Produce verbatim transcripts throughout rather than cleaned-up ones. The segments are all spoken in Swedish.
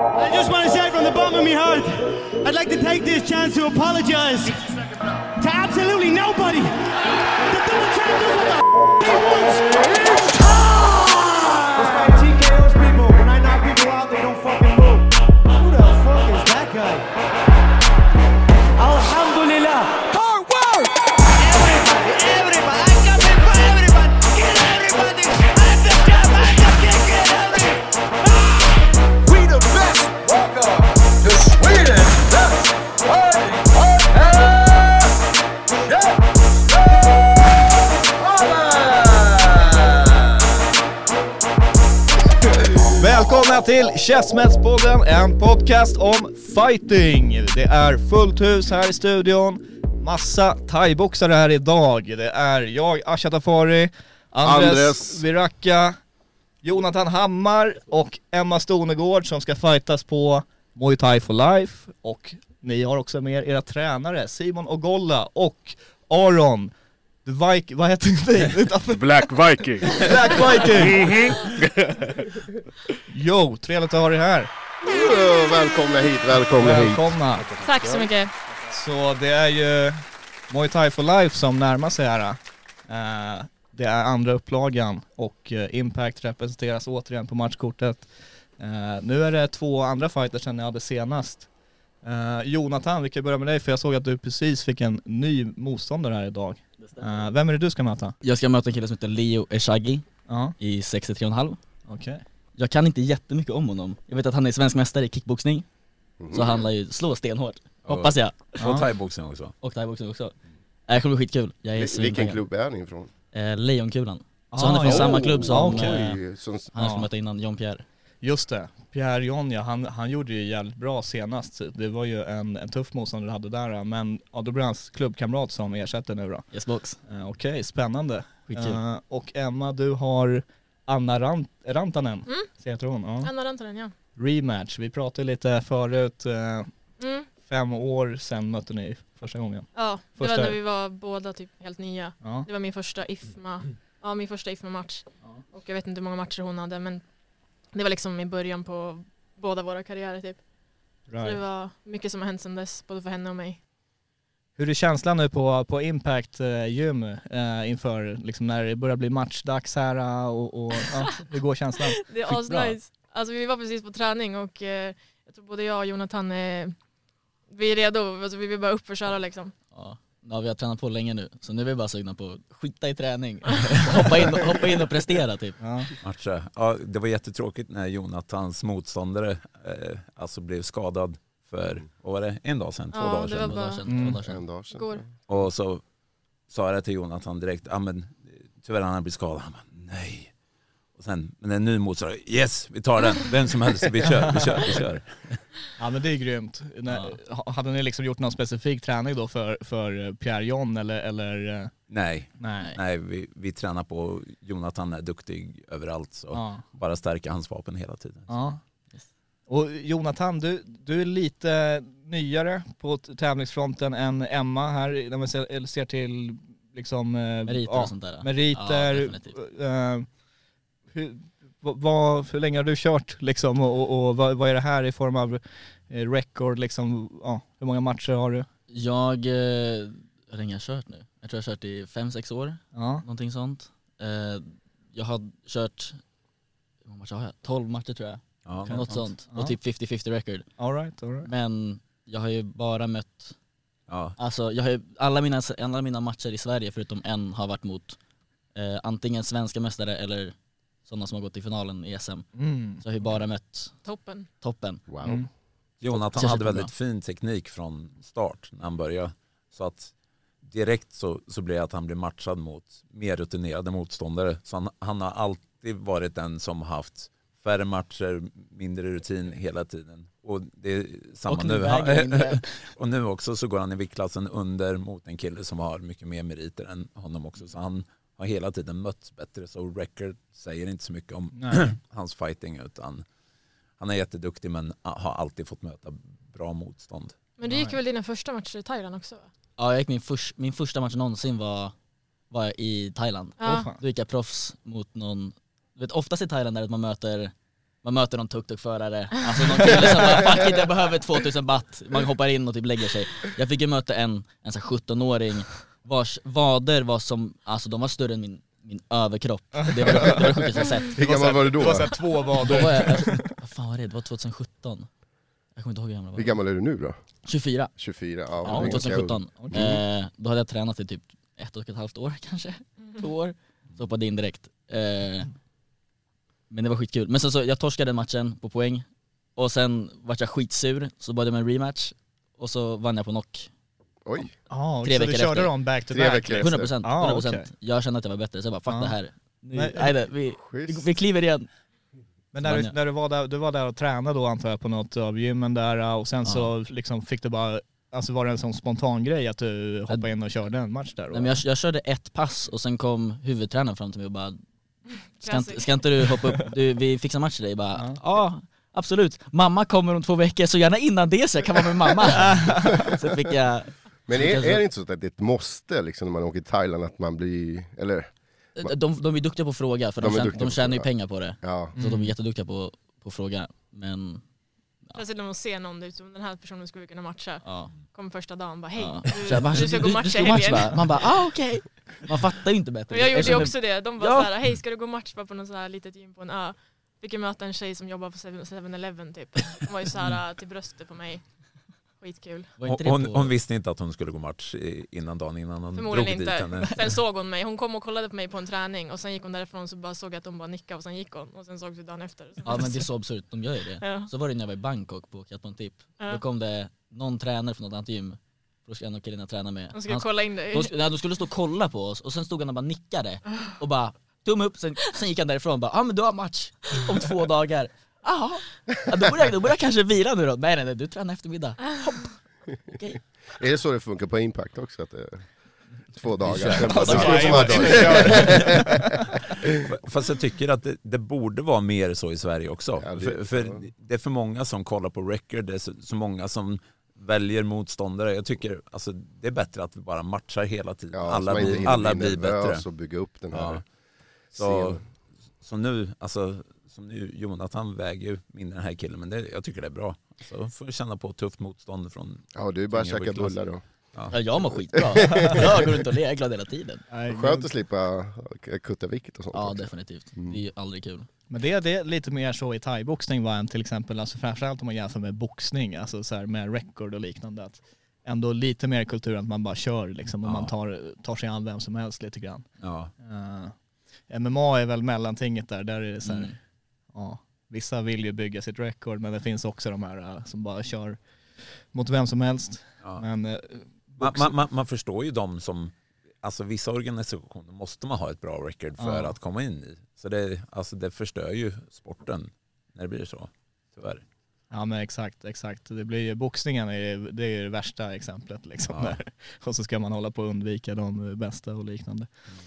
I just want to say from the bottom of my heart, I'd like to take this chance to apologize to absolutely nobody. The double champ does what the f*** he wants. It's time! This man T K Os people. When I knock people out, they don't fucking move. Who the fuck is that guy? Alhamdulillah. Hard work! Everybody, everybody, I come in for everybody. Get everybody. I'm the champ, I'm the king, get everybody. We the best. Welcome to Sweden. Best party podcast. Yeah. Välkomna till Chessmätspodden, en podcast om fighting. Det är fullt hus här i studion. Massa thaiboxare här idag. Det är jag, Asha Tafari, Andres, Andres. Viracka, Jonathan Hammar och Emma Stonegård som ska fightas på Muay Thai for Life. Och ni har också med era tränare Simon Ogolla och Aron. The Viking, vad heter det? Black Viking. Black Viking. Jo, trevligt att ha dig här. Oh, välkomna hit, välkomna, Välkomna. Tack så mycket. Så det är ju Muay Thai for Life som närmar sig här. Uh, det är andra upplagan och uh, Impact representeras återigen på matchkortet. Uh, nu är det två andra fighters än jag hade senast. Uh, Jonathan, vi kan börja med dig för jag såg att du precis fick en ny motståndare här idag. Uh, vem är det du ska möta? Jag ska möta en kille som heter Leo Eshagi uh. i sextiotre komma fem. Okej. Okay. Jag kan inte jättemycket om honom. Jag vet att han är svensk mästare i kickboxning. Mm. Så han lär ju slå stenhårt. Ja. Hoppas jag. Och thaiboxning också. Och thaiboxning också. Det kommer bli skitkul. Jag är Vilken klubb är ni ifrån? Eh, Lejonkulan. Ah, så han är från oh, samma klubb som ah, okay. eh, som, han ska ah. möta innan John Pierre. Just det, Pierre John, ja, han, han gjorde ju jävligt bra senast. Det var ju en, en tuff motståndare du hade där. Men ja, då blir hans klubbkamrat som ersätter nu då. Yes box. uh, Okej, okay, spännande. Skitkul. Uh, och Emma, du har Anna Rant- Rantanen. Mm. Så heter hon. Ja. Anna Rantanen, ja. Rematch, vi pratade lite förut. Uh, Mm. Fem år sedan mötte ni första gången. Ja, det Första- var när vi var båda typ helt nya. Ja. Det var min första I F M A. Ja, min första I F M A-match. Och jag vet inte hur många matcher hon hade, men det var liksom i början på båda våra karriärer typ. Så det Right. var mycket som har hänt sedan dess, både för henne och mig. Hur är känslan nu på, på Impact uh, gym uh, inför liksom när det börjar bli matchdags här uh, och, och ja, hur går känslan? Det är Skitbra. asnice. Alltså vi var precis på träning och eh, jag tror både jag och Jonathan eh, vi är redo. Alltså, vi vill bara upp och köra liksom. Ja. Ja, vi har tränat på länge nu. Så nu är vi bara sugna på att skita i träning. hoppa, in, hoppa in och prestera typ. Ja. Matcher. Ja, det var jättetråkigt när Jonathans motståndare eh, alltså blev skadad för, vad var det, en dag sedan, två Ja, dagar det sedan. var bara- Två dagar sedan, Mm. två dagar sedan. en dag sedan. Går. Och så sa jag till Jonathan direkt, ja men tyvärr han har blivit skadad. Han bara, nej. Och sen, men en ny motståndare, yes, vi tar den. Vem som helst, vi kör, vi kör, vi kör. Ja, men det är grymt. När, ha- hade ni liksom gjort någon specifik träning då för, för Pierre John eller, eller? Nej, Nej. nej vi, vi tränar på, Jonathan är duktig överallt så Ja. bara stärka hans vapen hela tiden. Ja. Och Jonathan, du, du är lite nyare på t- tävlingsfronten än Emma här när man ser, ser till liksom, eh, Meriter ja, och sånt där. meriter. Ja, definitivt. eh, hur, vad, vad, hur länge har du kört liksom, och, och, och vad, vad är det här i form av eh, record liksom, ja, hur många matcher har du? Jag, eh, hur länge har jag kört nu? Jag tror jag har kört i fem sex år. Ja. Någonting sånt. Eh, jag har kört, hur många matcher har jag? tolv matcher tror jag. Ja, Något sånt. Ja. Och typ femtio femtio record. All right, all right. Men jag har ju bara mött, ja. alltså jag har ju, alla mina, alla mina matcher i Sverige förutom en har varit mot eh, antingen svenska mästare eller sådana som har gått i finalen i S M. Mm. Så jag har ju bara mött Toppen. toppen. Wow. Mm. Jonathan Känns hade bra. väldigt fin teknik från start när han började. Så att direkt så, så blev det att han blev matchad mot mer rutinerade motståndare. Så han, han har alltid varit den som har haft färre matcher, mindre rutin hela tiden. Och det är samma Och nu. väger in det. Och nu också så går han i viktklassen under mot en kille som har mycket mer meriter än honom också. Så han har hela tiden mötts bättre. Så record säger inte så mycket om Nej. hans fighting utan han är jätteduktig men har alltid fått möta bra motstånd. Men du gick väl dina första matcher i Thailand också? Va? Ja, jag gick min, förs, min första match någonsin var, var i Thailand. Ja. Åh, fan. Då gick jag proffs mot någon, du vet oftast i Thailand är det att man möter Man möter någon tuk-tuk-förare. Alltså någon kille som bara, fuck it, jag behöver tvåtusen baht. Man hoppar in och typ lägger sig. Jag fick ju möta en, en så här sjuttonåring vars vader var som, alltså de var större än min, min överkropp. Det var det, det, var det sjukaste jag sett. Hur gammal var du då? Det var så här två vader. Då var jag, vad fan var det? Det var tjugosjutton. Jag kommer inte ihåg hur gammal jag var. Hur gammal är du nu då? tjugofyra. tjugofyra, ja. Ja, det är ganska tjugosjutton. ung. Eh, då hade jag tränat i typ ett och ett halvt år kanske. Två år. Så hoppade in direkt. Eh, men det var skitkul. Men sen så, jag torskade den matchen på poäng. Och sen var jag skitsur. Så började jag med en rematch. Och så vann jag på knock. Oj. Ah, Tre så veckor du körde efter. dem back to Tre back? veckor efter. hundra procent. Ah, hundra procent. okej. Jag kände att jag var bättre. Så jag bara, fuck Ah. det här. Nu, Men- nej, det, vi, vi, Schysst. vi kliver igen. Men när du, när du, var där, du var där och tränade då antar jag på något av gymmen där och sen Ja. så liksom fick du bara, alltså var det en sån spontan grej att du hoppade in och körde en match där? Nej, men jag, jag körde ett pass och sen kom huvudtränaren fram till mig och bara, ska inte, Classic. ska inte du hoppa upp, du, vi fixar match till dig. Jag bara, Ja. ja absolut, mamma kommer om två veckor så gärna innan det så jag kan vara med mamma. Så fick jag, Men är, är det inte så att det är ett måste liksom, när man åker till Thailand att man blir, eller? de, de är duktiga på att fråga för de, De är tjän, duktiga de på tjänar ju fråga. pengar på det. Ja. Så de är jätteduktiga på, på att fråga. Men Dessutom att se någon ut som den här personen skulle vi kunna matcha. ja. Kom första dagen bara hej, Ja. du, Så jag bara, du ska gå matcha i match, helgen. va? Man bara, ah okej. Man fattar ju inte bättre. Och jag gjorde ju Eftersom också det. De bara Ja. såhär, hej ska du gå match bara på något så här litet gym på en ö. Fick jag möta en tjej som jobbar på seven eleven typ. Hon var ju såhär till bröstet på mig. Skitkul. Var inte det Hon, på- hon visste inte att hon skulle gå match i- innan dagen innan hon drog Förmodligen dit inte. henne. Sen såg hon mig. Hon kom och kollade på mig på en träning och sen gick hon därifrån så bara såg jag att hon bara nickade och sen gick hon. Och sen såg vi dagen efter. Ja men det är så absurt, de gör ju det. Ja. Så var det när jag var i Bangkok på Katman Tip. Ja. Då kom det någon tränare från något annat gym. Då skulle en av killarna träna med. De skulle Han- kolla in dig. de, sk- nej, de skulle stå och kolla på oss och sen stod han och bara nickade. Och bara tumme upp, sen, sen gick han därifrån och bara, ja ah, men du har match om två dagar. Jaha, ja, då börjar jag, då börjar jag kanske vila nu då. Nej nej nej, du tränar eftermiddag. Hopp. Okej. Är det så det funkar på Impact också? Att det är två dagar? kör. Sen bara, Alltså, det ska nej, vara dagar. Fast jag tycker att det, det borde vara mer så i Sverige också. Ja, det- för, för det är för många som kollar på record, det är så, så många som väljer motståndare. Jag tycker alltså, det är bättre att vi bara matchar hela tiden. Ja, alla så man inte blir, hinner alla bli blir nervös bättre. och bygga upp den här Ja. Så, scenen. så nu, alltså, som nu, Jonathan väger ju mindre den här killen, men det, jag tycker det är bra. Så får vi känna på tufft motstånd från... Ja, du är bara att Ingen käka skitklass. bullar då. Ja jag mår skitbra. Jag går runt och ler, jag är glad hela tiden. Nej, Skönt att slippa kutta vicket och sånt Ja också. definitivt, Mm. det är ju aldrig kul. Men det, det är lite mer så i thai-boxning va, än till exempel, alltså framförallt om man jämför med boxning, alltså så här med record och liknande. Att ändå lite mer kultur att man bara kör liksom, och Ja. man tar, tar sig an vem som helst lite grann. Ja. Uh, M M A är väl mellantinget där, där är det så här, Mm. ja, vissa vill ju bygga sitt record men det finns också de här uh, som bara kör mot vem som helst. Ja. Men, uh, Man, man, man, man förstår ju dem som, alltså vissa organisationer måste man ha ett bra record för Ja. att komma in i. Så det, alltså det förstör ju sporten när det blir så, tyvärr. ja men exakt, exakt. Det blir ju, boxningen är, det är det värsta exemplet liksom. Ja. Där. Och så ska man hålla på att undvika de bästa och liknande.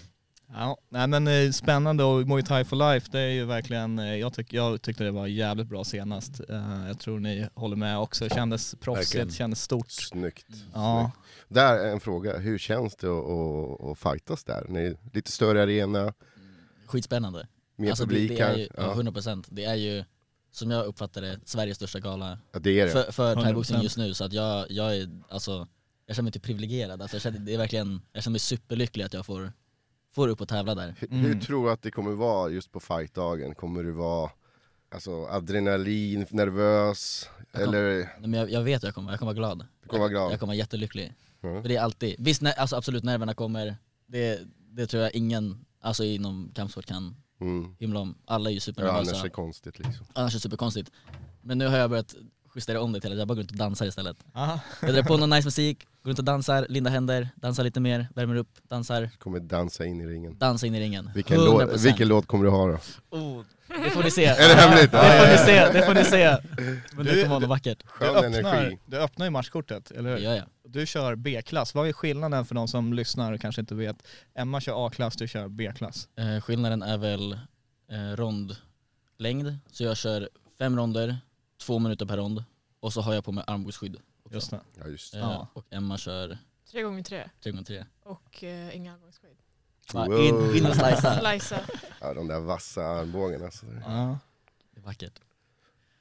Ja, nej men eh, spännande, och Muay Thai for Life, det är ju verkligen, eh, jag, tyck, jag tyckte det var jävligt bra senast. Eh, jag tror ni håller med också, det kändes proffsigt, Verkligen. kändes stort. Snyggt. Ja. Snyggt. Där är en fråga, hur känns det att, att, att fightas där? Ni är lite större arena, Skitspännande. mer Alltså det, publik det är här. ju, ja, Ja. hundra procent. Det är ju, som jag uppfattar det, Sveriges största gala Ja, det är det. för, för hundra thaiboxning procent. just nu. Så att jag, jag är, alltså, jag känner mig typ privilegierad. Alltså jag, känner, det är verkligen, jag känner mig superlycklig att jag får, får upp och tävla där. Hur, Mm. hur tror du att det kommer vara just på fightdagen? Kommer du vara alltså, adrenalin, nervös? Jag kom- Eller Nej, men jag, jag vet att jag kommer, jag kommer vara glad. du kommer vara glad? Jag kommer vara jättelycklig. Ja. För det är alltid, visst när, alltså absolut nerverna kommer, det, det tror jag ingen alltså inom kampsport kan Mm. himla om. Alla är ju Ja, supernervösa. annars är det konstigt liksom. Annars är det superkonstigt. Men nu har jag börjat justera om det till att jag bara går runt och dansar istället. Aha. Jag drar på någon nice musik, går runt och dansar, lindar händer, dansar lite mer, värmer upp, dansar, Kommer dansa in i ringen. dansar in i ringen. Vilken, hundra låt, procent. vilken låt kommer du ha då? Oh, det får ni se. Är det hemligt? Det får ni se, det får ni se. Men det Du- kommer vara något vackert. Du Skön öppnar, energi. du öppnar ju matchkortet, eller Det hur? gör jag. Du kör B-klass, vad är skillnaden för de som lyssnar och kanske inte vet? Emma kör A-klass, du kör B-klass. Eh, skillnaden är väl eh, rondlängd. Så jag kör fem ronder, två minuter per rond. Och så har jag på mig armbågsskydd. också. Just det. Ja, just Eh, det. Ja. Och Emma kör Tre gånger tre. tre gånger tre. Och uh, inga armbågsskydd. Bara Wow. in, in och slicea. Slicea. Ja, de där vassa armbågarna. Alltså. Ja. Det är vackert.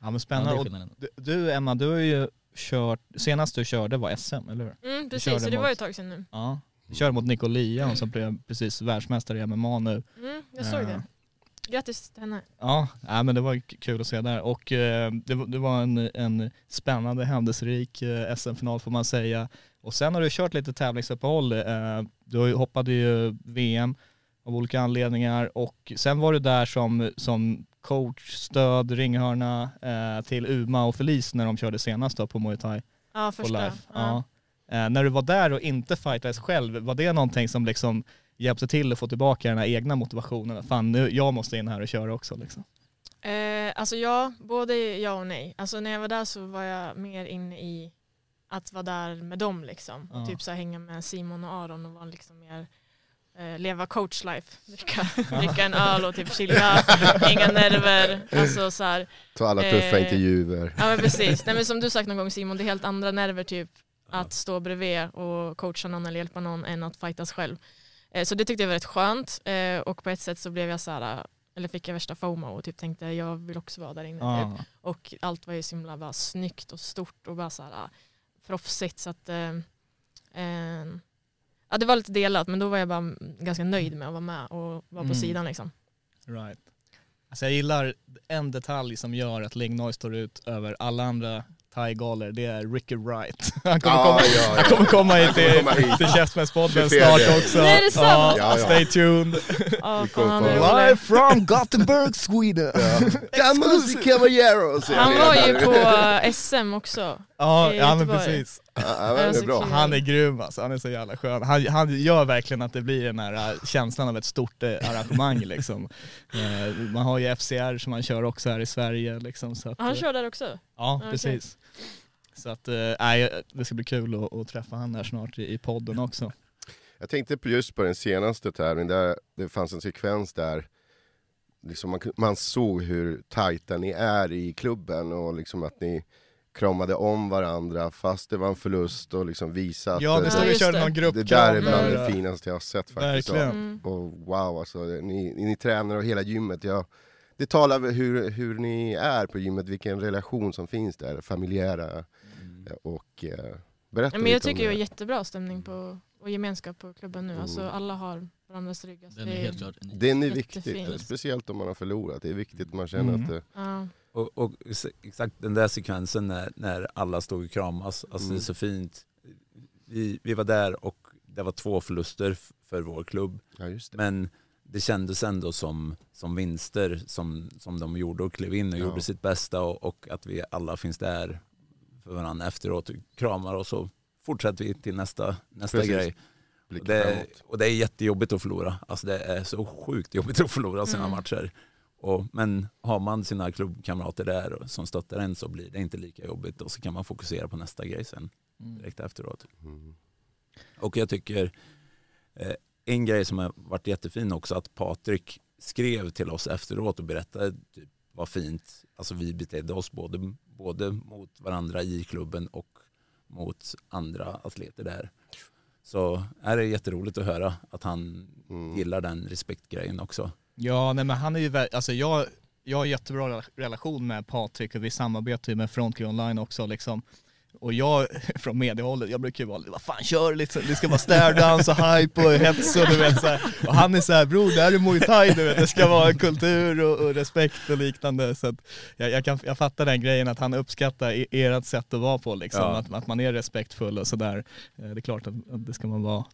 Ja men spännande. Ja, det är Och skillnaden. du, du Emma, du har ju kört, senast du körde var S M, eller hur? Mm, Du precis, körde så det var ju mot- ett tag sedan nu. Ja. Du körde mot Nicolia, hon som blev precis världsmästare i M M A nu. Mm, jag såg Ja. det. Grattis till henne. Ja, ja men det var k- kul att se där. Och eh, det, var- det var en, en spännande, händelserik eh, S M-final får man säga. Och sen har du kört lite tävlingsuppehåll. Eh, du har ju- hoppade ju V M av olika anledningar. Och sen var du där som, som coach, stöd, ringhörna eh, till Uma och Felice när de körde senast då på Muay Thai Ja, på första. live. Ja. Ja. Eh, när du var där och inte fightades själv, var det någonting som liksom hjälpte till att få tillbaka den här egna motivationen? Fan, nu, jag måste in här och köra också liksom. Eh, alltså ja, både ja och nej. Alltså när jag var där så var jag mer inne i att vara där med dem liksom. Och Ja. typ så här, hänga med Simon och Aron och vara liksom mer eh, leva coach life. Dricka, dricka en öl och typ chilla, inga nerver. Alltså så här, Ta alla tuffa Eh, intervjuer. ja men precis. Nej, men som du sagt någon gång Simon, det är helt andra nerver typ att stå bredvid och coacha någon eller hjälpa någon än att fightas själv. Eh, så det tyckte jag var rätt skönt. Eh, och på ett sätt så blev jag så här, eller fick jag värsta FOMO och typ tänkte jag vill också vara där inne. Typ. Ja. Och allt var ju så himla bara snyggt och stort och bara så här ah, proffsigt. Så att, eh, eh, ja, det var lite delat men då var jag bara ganska nöjd med att vara med och vara på Mm. sidan liksom. Right. Alltså jag gillar en detalj som gör att Lignoy står ut över alla andra thai-galer, det är Ricky Wright. Han kommer Ja, komma, ja, ja. han kommer komma hit kommer till, komma hit. till Käftsmällspodden tjugofjärde. snart också. Nej, det är sant. Ja, Ja, ja. stay tuned. Ja, Vi fan, kommer han, få- är Live rolig. from Gothenburg, Sweden. Damas Caballeros! Han var ju på eh, S M också. Ja, i ja men Göteborg. precis. Ja, ja, men det är bra. Han är grym alltså, han är så jävla skön. Han, han gör verkligen att det blir den här äh, känslan av ett stort äh, arrangemang liksom. Eh, man har ju F C R som man kör också här i Sverige liksom. Så att, Han eh, kör där också. Ja, Okej. precis. Så att, eh, nej, det ska bli kul att, att träffa han här snart i, i podden också. Jag tänkte på just på den senaste tävlingen, där det fanns en sekvens där liksom man, man såg hur tajta ni är i klubben och liksom att ni kramade om varandra fast det var en förlust och liksom visa att Ja, det det, stod vi just körde det. någon det gruppkram. där är bland där, det eh, finaste jag har sett faktiskt. Verkligen. Mm. Och, och wow, alltså, ni, ni tränar och hela gymmet. Jag, det talar väl hur, hur ni är på gymmet, vilken relation som finns där, familjära och eh, berätta Ja, men jag lite om tycker det det. är jättebra stämning på, och gemenskap på klubben nu. Mm. Alltså, alla har varandras rygg. Alltså, Den är helt klart unik. Det är nu Jättefint. viktigt, speciellt om man har förlorat. Det är viktigt att man känner Mm. att det, Ja. Och, och exakt den där sekvensen när, när alla stod och kramas, alltså Mm. det är så fint. Vi, vi var där och det var två förluster f- för vår klubb. ja just det. Men det kändes ändå som, som vinster som, som de gjorde och klev in och Ja. gjorde sitt bästa och, och att vi alla finns där för varandra efteråt och kramar och så fortsätter vi till nästa, nästa Precis. grej. Och Blicka det, framåt. och det är jättejobbigt att förlora. Alltså det är så sjukt jobbigt att förlora sina Mm. matcher. Och, men har man sina klubbkamrater där och, som stöttar en så blir det inte lika jobbigt och så kan man fokusera på nästa grej sen direkt efteråt. Mm. Och jag tycker eh, en grej som har varit jättefin också att Patrik skrev till oss efteråt och berättade typ, vad fint alltså vi betedde oss både, både mot varandra i klubben och mot andra atleter där. Så är det jätteroligt att höra att han Mm. gillar den respektgrejen också. Ja, nej men han är ju, vä- alltså jag, jag har jättebra rela- relation med Patrik och vi samarbetar ju med Frontgear Online också liksom. Och jag, från mediehållet, jag brukar ju vara vad fan kör liksom, det ska vara stairdowns och hype och hets och du vet så här. Och han är så här, bror det här är Muay Thai du vet, det ska vara kultur och, och respekt och liknande. Så att jag, jag, kan, jag fattar den grejen att han uppskattar e- ert sätt att vara på liksom, Ja. att, att man är respektfull och sådär. Det är klart att, att det ska man vara.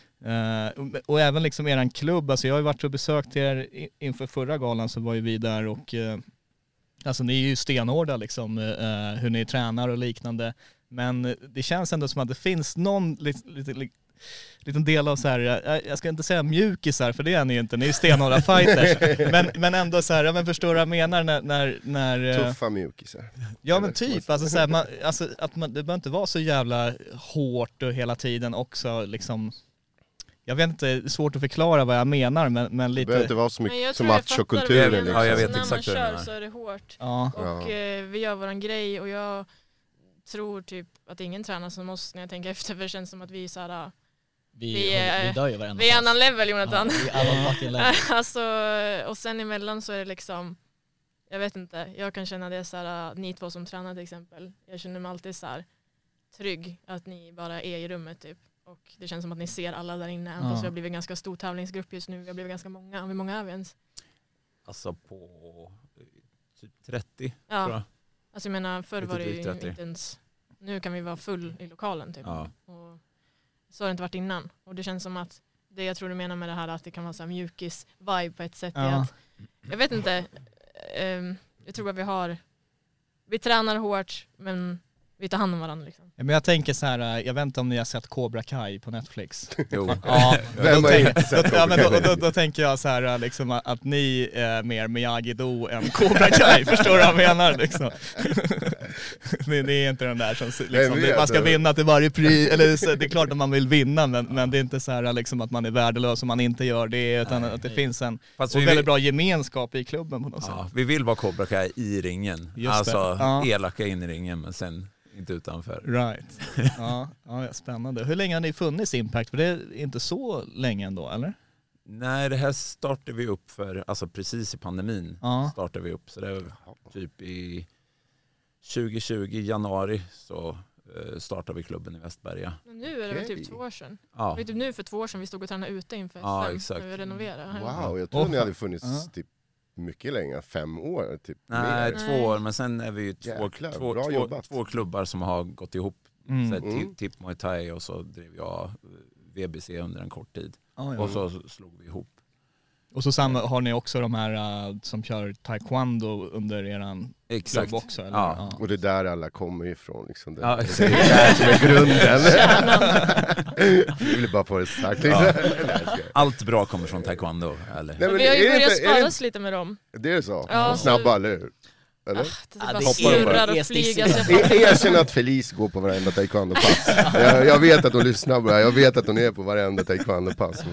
Uh, och, och även liksom eran klubb, alltså jag har ju varit och besökt er i- inför förra galan så var ju vi där och uh, alltså ni är ju stenhårda liksom uh, hur ni tränar och liknande, men det känns ändå som att det finns någon lite, lite, lite liten del av så här, jag, jag ska inte säga mjukisar för det är ni ju inte, ni är ju stenhårda fighters, men, men ändå så här, ja, men förstår du vad jag menar när, när, när uh, Tuffa mjukisar. ja men typ, alltså, så här, man, alltså att man, det behöver inte vara så jävla hårt och hela tiden också liksom. Jag vet inte, det är svårt att förklara vad jag menar men, men Det behöver inte lite, vara så Men jag mycket tror som jag fattar vad du machokulturen menar. liksom. Ja, jag vet När exakt vad man du kör menar. så är det hårt. ja. Och Ja. eh, vi gör våran grej och jag tror typ att ingen tränar som oss när jag tänker efter, för det känns som att vi är såhär, Vi, Vi vi, är- vi dör ju varenda vi är pass. annan level Jonathan. Ja, vi är alla fucking level. Alltså, och sen emellan så är det liksom, jag vet inte, jag kan känna det så här, uh, ni två som tränar till exempel. Jag känner mig alltid så här trygg att ni bara är i rummet typ. Och det känns som att ni ser alla där inne. Ja. Fast vi har blivit en ganska stor tävlingsgrupp just nu. Vi har blivit ganska många. Hur många är vi ens? Alltså på typ trettio ja. tror jag. Alltså jag menar, förr var det ju inte ens... Nu kan vi vara full i lokalen typ. Ja. Och så har det inte varit innan. Och det känns som att det jag tror du menar med det här att det kan vara så här mjukis-vibe på ett sätt. Ja. Är att, jag vet inte. Um, jag tror att vi har... Vi tränar hårt men... Vi tar hand om varandra liksom. Ja, men jag tänker så här, jag vet inte om ni har sett Cobra Kai på Netflix. Jo. Ja, Vem då, har tänk, inte sett då, Cobra ja, men då, Kai? Mm. då, då tänker jag så här liksom att, att ni är mer Miyagi-Do än Cobra Kai, förstår du vad jag menar liksom? ni, ni är inte den där som liksom, Nej, det, man ska vinna till varje pris, eller så, det är klart att man vill vinna men, men det är inte så här liksom att man är värdelös om man inte gör det, utan nej, att det nej. finns en Fast och vi väldigt vill, bra gemenskap i klubben på något ja, sätt. vi vill vara Cobra Kai i ringen. Just alltså ja. elaka in i ringen men sen inte utanför. Right. Ja, ja, spännande. Hur länge har ni funnits Impact? För det är inte så länge ändå, eller? Nej, det här startade vi upp för, alltså precis i pandemin ja. startade vi upp. Så det var typ i tjugo tjugo januari så startade vi klubben i Västberga. Men nu är det väl typ två år sedan. Ja. Det är typ nu för två år sedan vi stod och tränade ute inför ja, S M exakt. när vi renoverade. Wow, jag tror oh. ni hade funnits uh-huh. typ mycket längre, fem år typ. Nej, mer. två år, men sen är vi ju två, Jäklar, två, två, två klubbar som har gått ihop. Mm. Så Mm. Tip, Tip Muay Thai och så drev jag V B C under en kort tid. Ah, ja. Och så slog vi ihop. Och så samma, har ni också de här uh, som kör taekwondo under eran Exakt. klubb också? Eller? Ja. Ja. Och det är där alla kommer ifrån liksom. Det, Ja, det är det där som är grunden. Vi vill bara få det sagt. Ja. Allt bra kommer från taekwondo, eller? Nej, men vi har ju är det börjat inte- är det sparas lite med dem. Det är så? Ja, Snabba, så- eller hur? Eller? Ah, det Ja, bara det är- snurrar det är och flyger. stickigt. Så jag E- Erkänn att Felice går på varenda taekwondo-pass. Jag, jag vet att hon lyssnar på det här. Jag vet att hon är på varenda taekwondo-pass.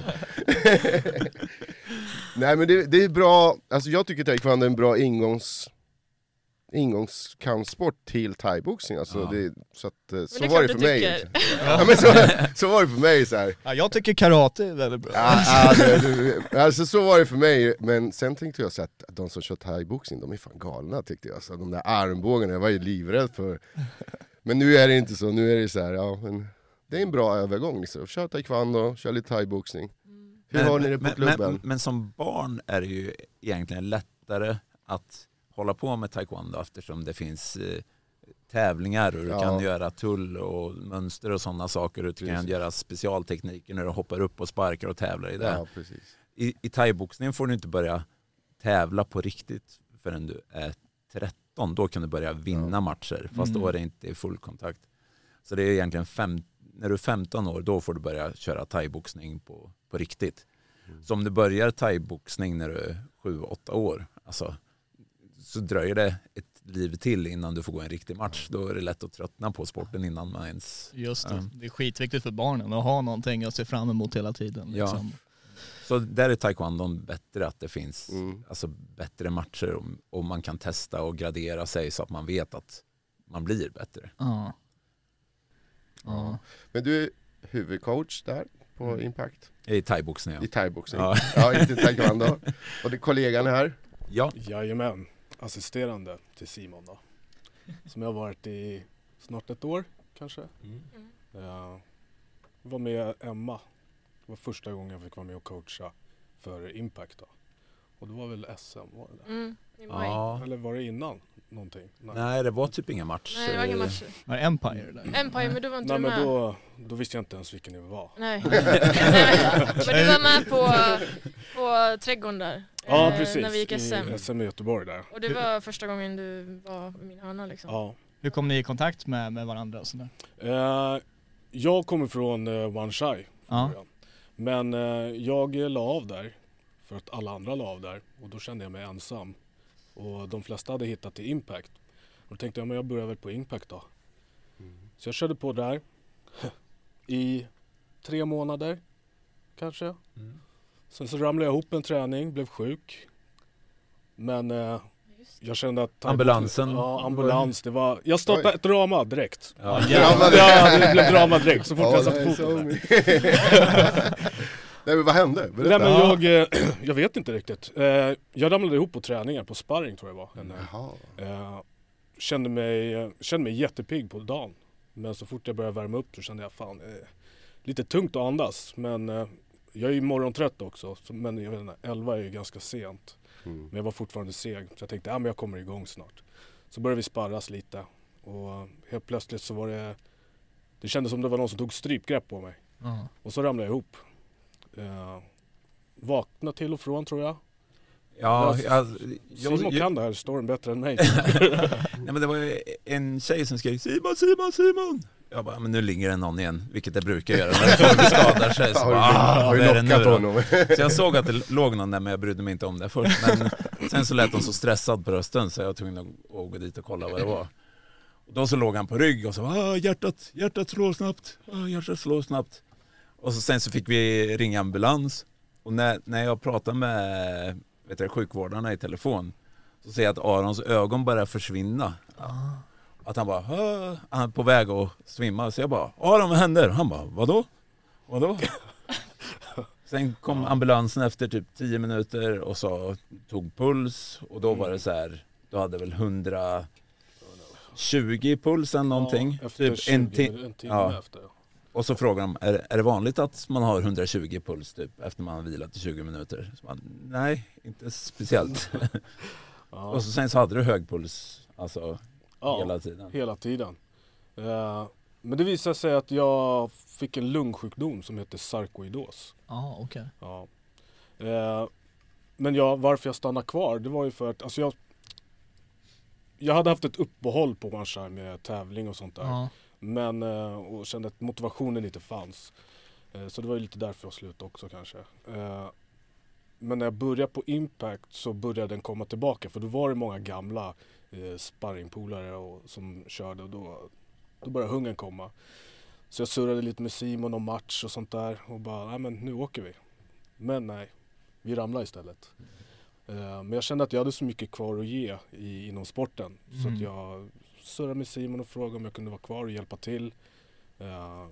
Nej men det, det är bra. Alltså jag tycker taekwondo är en bra ingångs ingångskampsport till thaiboxning. Alltså Ja. det, så att, eh, så det är var det klart för du mig. tycker. Ja, men så, så var det för mig så här. Ja, jag tycker karate är väldigt bra. Ja, ja, det, det, alltså så var det för mig, men sen tänkte jag så att de som kör thaiboxning, de är fan galna tyckte jag. Så de där armbågarna, jag var ju livrädd för. Men nu är det inte så, nu är det så här, ja men det är en bra övergång liksom. Kör taekwondo, kör lite thaiboxning. Hur Men- har ni det på men, klubben? Men, men som barn är det ju egentligen lättare att hålla på med taekwondo eftersom det finns eh, tävlingar och du Ja. kan göra tull och mönster och sådana saker. Du kan Precis. göra specialtekniker när du hoppar upp och sparkar och tävlar i det. Ja, precis. I, i thaiboxningen får du inte börja tävla på riktigt förrän du är tretton. Då kan du börja vinna Ja. matcher fast Mm. då är det inte full kontakt. Så det är egentligen fem, när du är femton år då får du börja köra thaiboxning på, på riktigt. Mm. Så om du börjar thaiboxning när du är sju åtta år alltså, så dröjer det ett liv till innan du får gå en riktig match. Då är det lätt att tröttna på sporten innan man ens... Just det, Ja. det är skitviktigt för barnen att ha någonting att se fram emot hela tiden. Ja. Liksom. Så där är taekwondon bättre, att det finns Mm. alltså, bättre matcher och, och man kan testa och gradera sig så att man vet att man blir bättre. Ja. Ja. Men du är huvudcoach där på Impact I thaiboxning, i ja. thaiboxning. Ja. Ja, inte taekwondo. Och det är kollegan här. Ja, Jajamän, assisterande till Simon då. Som jag har varit i snart ett år kanske. Mm. Jag var med Emma. Det var första gången jag fick vara med och coacha för Impact då. Och det var väl S M, var det det? Mm, i maj. ja. Eller var det innan någonting? Nej, Nej, det var typ ingen match. Nej, det var ingen match. Var det Empire där? Empire, men du var inte Nej du men med. då, då visste jag inte ens vilken det var. Nej. Nej. Men du var med på, på trädgården där. Ja eh, precis, När vi gick S M. i S M i Göteborg där. Och det var första gången du var min hörna liksom. Ja. Hur kom ni i kontakt med, med varandra? Och sådär? Eh, jag kommer från eh, One Shy från Ja. början. Men eh, jag la av där för att alla andra la av där och då kände jag mig ensam. Och de flesta hade hittat till Impact. Och då tänkte jag, men jag börjar väl på Impact då. Så jag körde på där i tre månader kanske. Mm. Sen så ramlade jag ihop en träning, blev sjuk. Men eh, jag kände att... Ambulansen. Ja, ambulans. Det var... Jag startade Oj. ett drama direkt. Ja. Drama Ja, det blev drama direkt så fort Ja, jag det satte är foten så där. mycket. Nej, men vad hände? Nej, Berätta. men jag, eh, jag vet inte riktigt. Eh, jag ramlade ihop på träningar på sparring tror jag var. En, Jaha. eh, kände, mig, kände mig jättepigg på dagen. Men så fort jag började värma upp så kände jag fan, eh, lite tungt att andas. Men eh, jag är ju morgontrött också. Så, men jag vet inte, elva är ju ganska sent. Mm. Men jag var fortfarande seg. Så jag tänkte, ja men jag kommer igång snart. Så började vi sparras lite. Och helt plötsligt så var det, det kändes som det var någon som tog strypgrepp på mig. Ja. Och så ramlade jag ihop. Eh, vakna till och från tror jag. Ja, jag, Simon jag, kan det här storyn bättre än mig. nej, men det var ju en tjej som skrek Simon, Simon, Simon. Jag bara, men nu ligger det någon igen, vilket det brukar göra. När folk skadar sig så Har du, bara, ah, har vad är du det nu lockat då? honom? Så jag såg att det låg någon där, men jag brydde mig inte om det först. Men sen så lät hon så stressad på rösten så jag var tvungen att gå dit och kolla vad det var. Och då så låg han på rygg och så ah, hjärtat, hjärtat slår snabbt, ah, hjärtat slår snabbt. Och så sen så fick vi ringa ambulans. Och när, när jag pratade med vet du, sjukvårdarna i telefon så ser jag att Arons ögon börjar försvinna. Ah. Att han bara, ah, han är på väg att svimma. Så jag bara, Aron vad händer? Han bara, vadå? Vadå? Sen kom ambulansen efter typ tio minuter och så tog puls. Och då var det så här, då hade väl hundratjugo puls eller någonting. Ja, efter typ tjugo, en, ti- en timme ja. efter. Och så frågar de, är, är det vanligt att man har hundratjugo puls typ efter man har vilat i tjugo minuter? Så man, nej, inte speciellt. Ja. Och så sen så hade du hög puls, alltså Ja, hela tiden. Hela tiden. Uh, men det visade sig att jag fick en lungsjukdom som heter sarkoidos. Ja, okej. Ja. Uh, men ja, varför jag stannade kvar, det var ju för att alltså jag, jag hade haft ett uppehåll på One med tävling och sånt där. Ja. Men, uh, och kände att motivationen inte fanns. Uh, så det var ju lite därför jag slutade också kanske. Uh, men när jag började på Impact så började den komma tillbaka. För då var det många gamla eh, sparringpolare och, som körde och då, då började hungern komma. Så jag surrade lite med Simon om match och sånt där och bara, nej men nu åker vi. Men nej, vi ramlade istället. Eh, men jag kände att jag hade så mycket kvar att ge i, inom sporten. Mm. Så att jag surrade med Simon och frågade om jag kunde vara kvar och hjälpa till. Eh,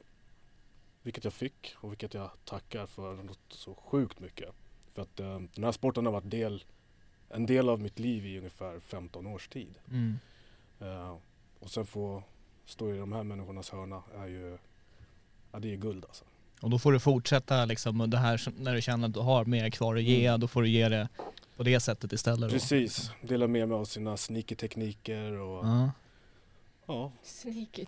vilket jag fick och vilket jag tackar för något så sjukt mycket. För att eh, den här sporten har varit del, en del av mitt liv i ungefär femton års tid. Mm. Uh, och sen få stå i de här människornas hörna är ju, ja, det är guld alltså. Och då får du fortsätta liksom, och det här när du känner att du har mer kvar att ge, då får du ge det på det sättet istället. Då. Precis, dela med mig av sina sneaky tekniker och Ja. ja, Sneaky.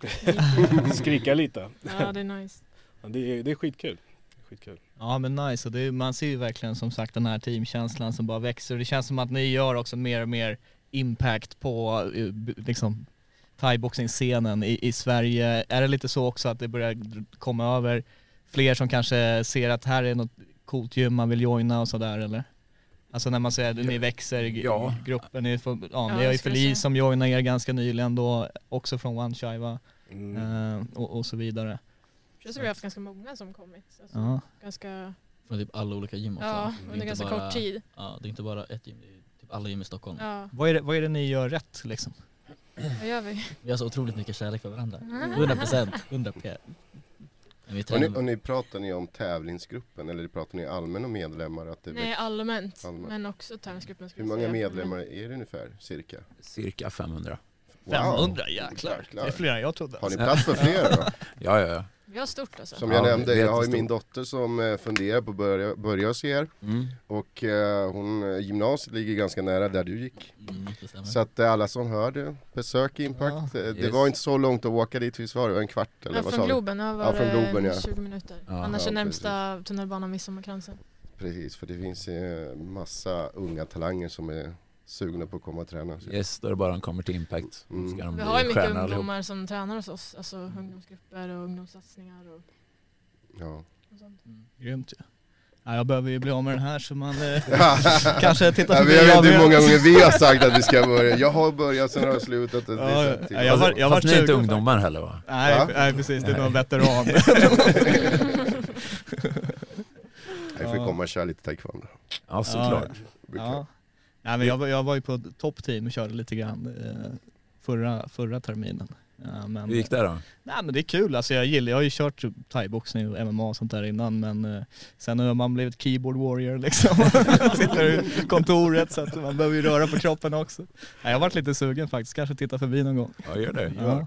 skrika lite. Ja, det är nice. Ja, det, är, det är skitkul. skitkul. Ja men nice, och det är, man ser ju verkligen som sagt den här teamkänslan som bara växer. Det känns som att ni gör också mer och mer impact på liksom thaiboxing-scenen i, i Sverige. Är det lite så också att det börjar komma över fler som kanske ser att här är något coolt gym man vill joina och sådär eller? Alltså när man säger att ni växer i Ja. gruppen, ni, får, ja, Ja, ni har ju jag skulle Felice säga. som joinar er ganska nyligen då, också från One Chai va? Mm. Eh, och, och så vidare. Jag tror att vi har haft ganska många som kommit. Alltså, Ja. Ganska, Från typ alla olika gym också. ja, Det är under inte ganska bara- kort tid. Ja, det är inte bara ett gym, det är typ alla gym i Stockholm. Ja, Vad är, det, vad är det ni gör rätt liksom? vad gör vi? Vi har så otroligt mycket kärlek för varandra. hundra procent, hundra procent. Men vi Och ni, tränar, och ni pratar ni om tävlingsgruppen eller pratar ni allmän om medlemmar? Att det Nej, väx- allmänt. Allmänt. Men också tävlingsgruppen. skulle Hur jag många säga. medlemmar är det ungefär, cirka? Cirka femhundra. Wow. femhundra jäklar. Jäklar. Det är fler än jag trodde. Har ni plats för fler då? Ja, ja, ja. Vi har stort alltså. Som Ja, jag det nämnde, är jag har ju jättestort. min dotter som eh, funderar på att börja, börja hos er. Mm. Och eh, hon, eh, gymnasiet ligger ganska nära där du gick. mm, det stämmer. Så att eh, alla som hörde, besök Impact. Eh, Det Yes. var inte så långt att åka dit, visst var det? En kvart eller Ja, vad från sa du? Globen, ja, var Ja, från det Globen, ja. tjugo minuter. Ja, Annars ja, är närmsta tunnelbanan Midsommarkransen. Precis, för det finns eh, massa unga talanger som är sugna på att komma och träna. Så. Yes, då är det bara de kommer till Impact. Mm. Ska de Vi bli har ju mycket stjärnor allihop. ungdomar som tränar hos oss. Alltså ungdomsgrupper och ungdomssatsningar och, Ja. och sånt. Grymt ju. Ja, jag behöver ju bli av med den här så man eh, kanske tittar Ja, förbi. jag vet inte hur övriga. många gånger vi har sagt att vi ska börja. Jag har börjat, sen har jag slutat. Det, det är så här Ja, till- ja, jag var- jag var Fast ni är inte sugen ungdomar heller va? Nej, Va? nej precis, det är någon veteran. Jag får komma och köra lite taekwondo. Ja, såklart. Det blir Ja. klart. Nej, men jag, var- jag var ju på ett toppteam och körde lite grann eh, förra, förra terminen. Ja, men, Hur gick det då? Nej, men det är kul, alltså jag gillar, jag har ju kört thaiboxning och M M A och sånt där innan, men eh, sen har man blivit keyboard warrior liksom. Sitter i kontoret så att man behöver ju röra på kroppen också. Nej, jag har varit lite sugen faktiskt, kanske titta förbi någon gång. Ja, gör det. Ja.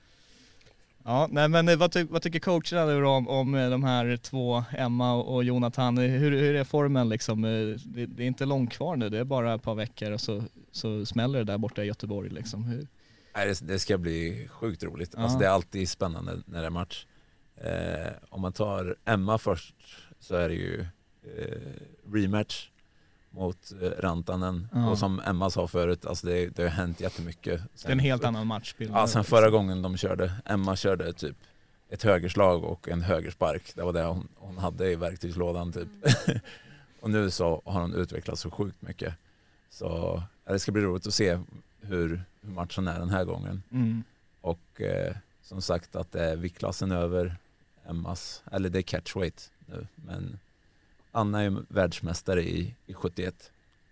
Ja, nej, men eh, vad, ty- vad tycker coacherna nu då om, om eh, de här två, Emma och Jonathan? Hur, hur är formen liksom? Eh, Det, det är inte långt kvar nu, det är bara ett par veckor och så, så smäller det där borta i Göteborg liksom. Hur? Nej, det, det ska bli sjukt roligt. Ja. Alltså, det är alltid spännande när det är match. Eh, om man tar Emma först så är det ju eh, rematch mot eh, Rantanen. Ja. Och som Emma sa förut, alltså det, det har hänt jättemycket. Det är en helt annan matchbild. Ja, sen förra gången de körde, Emma körde typ ett högerslag och en högerspark. Det var det hon, hon hade i verktygslådan typ. Och nu så har hon utvecklats så sjukt mycket. Så ja, det ska bli roligt att se hur, hur matchen är den här gången. Mm. Och eh, som sagt att det är viktklassen över Emmas, eller det är catchweight nu. Men Anna är världsmästare i, i sjuttioett.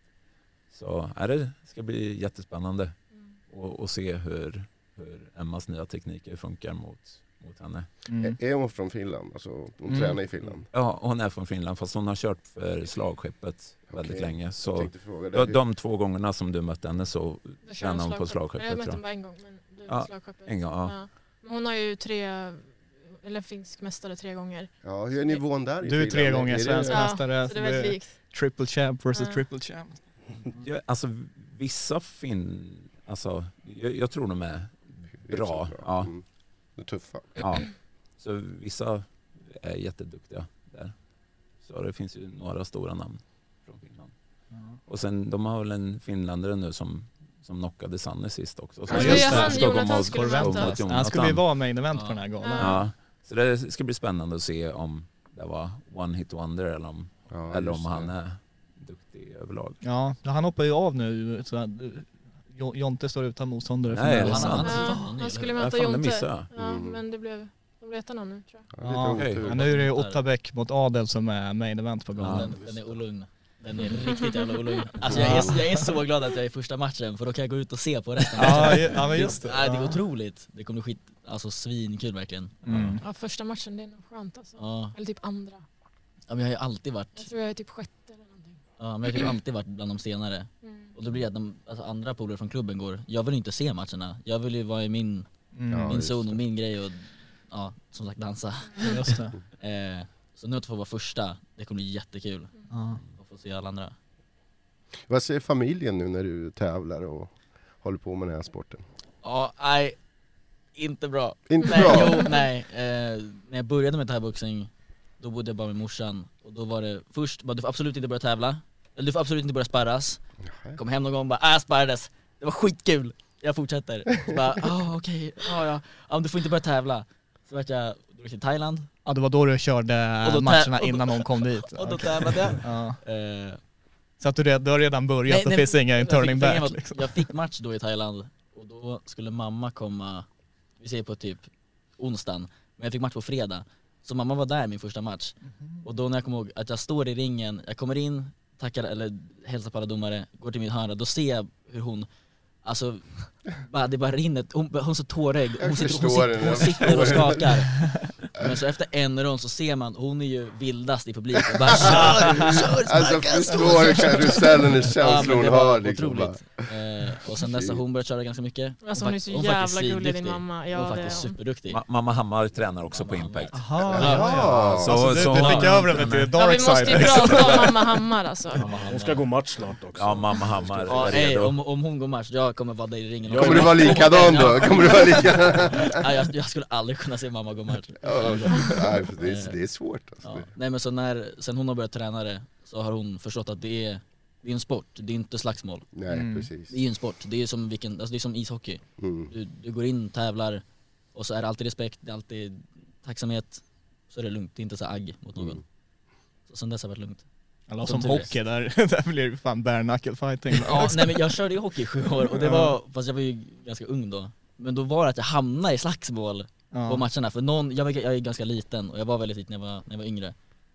Så ja, det ska bli jättespännande och, och se hur, hur Emmas nya tekniker funkar mot, mot henne. Mm. Är hon från Finland? Alltså, hon Mm. tränar i Finland? Ja, hon är från Finland fast hon har kört för slagskeppet väldigt Okej, länge. jag Så tänkte fråga dig. de, de två gångerna som du mötte henne så Då kör tränar hon på slagskeppet. slagskeppet. Jag mötte tror henne bara jag. en gång, men det Ja, var slagskeppet. en gång, ja. Ja. Men hon har ju tre, eller finsk mästare tre gånger. Ja, hur är nivån där i Du är Finland? tre gånger Är det- svensk Ja, mästare. så det är väldigt likt. Triple champ versus Ja. triple champ. Ja, alltså vissa fin... Alltså, jag, jag tror de är bra. Ja. Mm. De är tuffa. Ja. Så vissa är jätteduktiga där. Så det finns ju några stora namn från Finland. Och sen, de har väl en finländare nu som, som knockade Sanne sist också. Så Ja, just det. Han, ska gå Jonathan mot- skulle gå mot möta. Jonathan. Han skulle ju vara main event på den här galan. Ja. Så det ska bli spännande att se om det var one hit wonder eller om, Ja, eller om just han det. är duktig överlag. Ja, han hoppar ju av nu. Så att, Jo- Jonte står utan motståndare. Nej, är det Han- sant? han- Ja, han skulle Ja, möta fan, det Jonte. missade jag. Ja, Mm. men det blev, de blev ettan nu tror jag. Ja, lite Ja, otur. men nu är det ju Ottabäck mot Adel som är main event på Ja, galan. den, den är olugn. Den är riktigt jävla olugn. Alltså jag är, jag är så glad att jag är i första matchen för då kan jag gå ut och se på resten. Ja, ju- ja men just det. Nej, det är otroligt. Det kommer bli skit, alltså svinkul verkligen. Mm. Ja, första matchen det är nog skönt alltså. Ja. Eller typ andra. Ja, men jag har ju alltid varit, Jag tror jag är typ sjätte eller någonting. ja, men jag har typ alltid varit bland de senare. Mm. Och då blir det att de alltså, andra polare från klubben går, jag vill ju inte se matcherna. Jag vill ju vara i min, Mm. Ja, min just zon det. och min grej och ja, som sagt dansa. Just det. Eh, så nu att få vara första, det kommer bli jättekul Ja. att få se alla andra. Vad säger familjen nu när du tävlar och håller på med den här sporten? Ja, nej, inte bra. Inte nej, bra? Jo, nej. Eh, när jag började med thaiboxning, då bodde jag bara med morsan. Och då var det först, bara, du får absolut inte börja tävla. Eller du får absolut inte börja sparras. Nähä. Kom hem någon gång och bara, ah, jag sparrades. Det var skitkul. Jag fortsätter. Så bara, ah, okej, okay. ah, ja. ja. men du får inte börja tävla. Så vart jag, då gick jag till Thailand. Ja, det var då du körde Och då tä- matcherna och då- innan någon kom dit. Och då Okej. tävlade jag. Ja. Eh, Så att du, red, du har redan börjat, Nej, det nej, finns ingen jag turning fick- back var- liksom. Jag fick match då i Thailand och då skulle mamma komma, vi säger på typ onsdagen, men jag fick match på fredag. Så mamma var där min första match. Och då när jag kommer ihåg att jag står i ringen, jag kommer in, tackar eller hälsar på alla domare, går till min hörna, då ser jag hur hon, alltså bara, det bara rinner, hon, hon är så tårögd, hon, Jag sitter, hon, förstår sitter, det, hon jag sitter och förstår det. skakar. Men så efter en rond så ser man, hon är ju vildast i publiken, bara kör, kör, Alltså sparka, förstår karusellen och känslor hon det var har liksom bara. otroligt. Eh, och sen dess har hon börjat köra ganska mycket. Alltså hon är så fakt- jävla faktiskt gullig din svinduktig. mamma. Ja, Hon är det faktiskt är hon. superduktig. Ma- mamma Hammar tränar också på Mamma Impact. Aha, Ja. Ja. Så- alltså, du, så du hon- fick över den till Ja, dark vi måste ju side. prata om mamma Hammar alltså. Hon ska gå match snart också. Ja, mamma Hammar Ja, är ey, redo. om, om hon går match, jag kommer vara där i ringen. Kommer Kommer du vara likadan då? Kommer du vara likadan? Nej, jag, jag skulle aldrig kunna se mamma gå match. Ja, nej, för det, är, det är svårt alltså. Ja. Nej men så när, sen hon har börjat träna det så har hon förstått att det är, det är en sport, det är inte slagsmål. Nej, Mm. precis. Det är ju en sport, det är som, vilken, alltså det är som ishockey. Mm. Du, du går in, tävlar och så är det alltid respekt, det är alltid tacksamhet. Så är det lugnt, det är inte så agg mot någon. Mm. Så sen dess har det varit lugnt. Eller Som som tur är. hockey, där, där blir det fan bare knuckle fighting. Ja, nej men jag körde ju hockey i sju år och det var, fast jag var ju ganska ung då. Men då var det att jag hamnade i slagsmål på Ja. matcherna. För någon, jag, var, jag är ganska liten och jag var väldigt liten när jag var, när jag var yngre.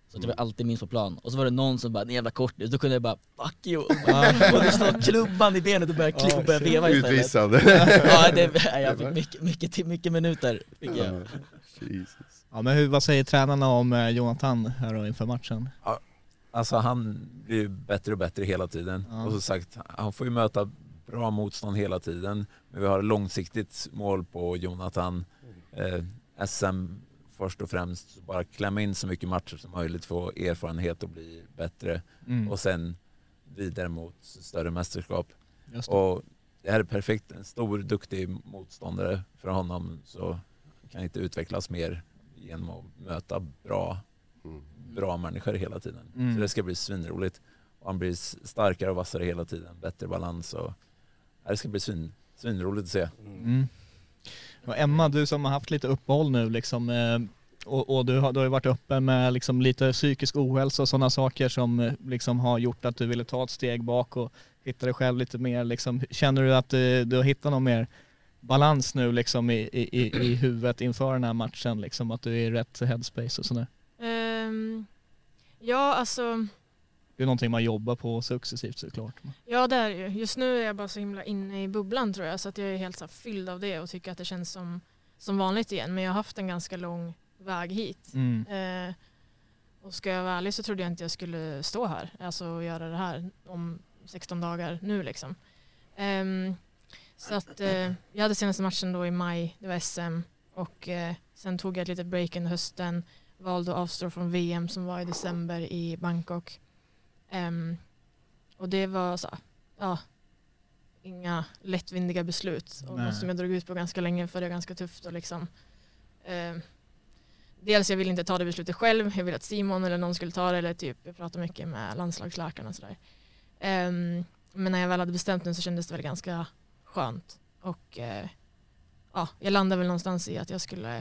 Så att jag var alltid minst på plan. Och så var det någon som bara, en jävla kortis. Då kunde jag bara, fuck you. Och, bara, och du slår klubban i benet och började, kli- och började veva istället. Utvisande. Ja, det, jag fick mycket, mycket, mycket minuter. Fick jag. Jesus. Ja, men hur, vad säger tränarna om eh, Jonathan här då inför matchen? Ja, alltså han blir ju bättre och bättre hela tiden. Ja. Och som sagt, han får ju möta bra motstånd hela tiden. Men vi har ett långsiktigt mål på Jonathan. Eh, S M först och främst. Bara klämma in så mycket matcher som möjligt, få erfarenhet och bli bättre. Mm. Och sen vidare mot större mästerskap. Just det. Och det här är perfekt. En stor, duktig motståndare för honom, så kan inte utvecklas mer genom att möta bra, bra människor hela tiden. Mm. Så det ska bli svinroligt. Och han blir starkare och vassare hela tiden. Bättre balans. Och det ska bli svin, svinroligt att se. Mm. Och Emma, du som har haft lite uppehåll nu liksom, eh, och, och du, har, du har ju varit uppe med liksom lite psykisk ohälsa och sådana saker som eh, liksom har gjort att du ville ta ett steg bak och hitta dig själv lite mer. Liksom. Känner du att du, du har hittat någon mer balans nu liksom, i, i, i huvudet inför den här matchen? Liksom, att du är i rätt headspace och sådär? Um, ja, alltså... Det är någonting man jobbar på successivt såklart. Ja, det är ju. Just nu är jag bara så himla inne i bubblan tror jag. Så att jag är helt så här fylld av det och tycker att det känns som, som vanligt igen. Men jag har haft en ganska lång väg hit. Mm. Eh, och ska jag vara ärlig så trodde jag inte jag skulle stå här. Alltså göra det här om sexton dagar nu liksom. Um, så att eh, jag hade senaste matchen då i maj. Det var S M. Och eh, sen tog jag ett litet break under hösten. Valde att avstå från V M som var i december i Bangkok. Um, och det var så, ja, inga lättvindiga beslut och något som jag drog ut på ganska länge, för det är ganska tufft och liksom um, dels jag ville inte ta det beslutet själv, jag ville att Simon eller någon skulle ta det, eller typ jag pratade mycket med landslagsläkarna och sådär. Um, men när jag väl hade bestämt mig så kändes det väl ganska skönt och uh, ja, jag landade väl någonstans i att jag skulle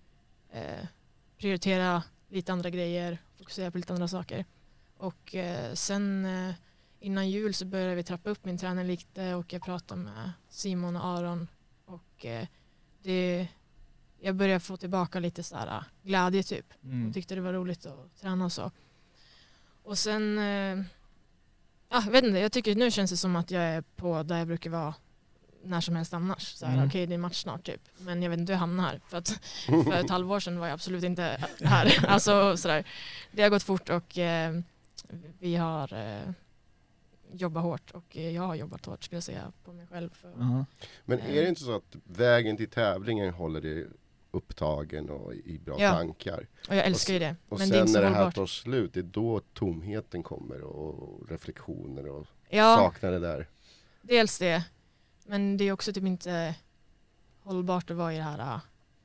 uh, prioritera lite andra grejer, fokusera på lite andra saker. Och eh, sen eh, innan jul så började vi trappa upp min träning lite och jag pratade med Simon och Aron och eh, det, jag började få tillbaka lite så här glädje typ. Mm. Och tyckte det var roligt att träna och så. Och sen, eh, ja, jag vet inte, jag tycker nu känns det som att jag är på där jag brukar vara när som helst annars. Så här, Mm. okej, det är match snart typ. Men jag vet inte hur jag hamnar här. För, att, för ett halvår sedan var jag absolut inte här. Alltså sådär. Det har gått fort och eh, vi har eh, jobbat hårt. Och jag har jobbat hårt skulle jag säga på mig själv. För, Uh-huh. Men är det inte så att vägen till tävlingen håller dig upptagen och i bra Ja. tankar? och jag älskar ju det. Och Men det är sen inte så när det här hållbart. tar slut, det är då tomheten kommer och reflektioner och Ja, saknar det där. dels det. Men det är också typ inte hållbart att vara i det här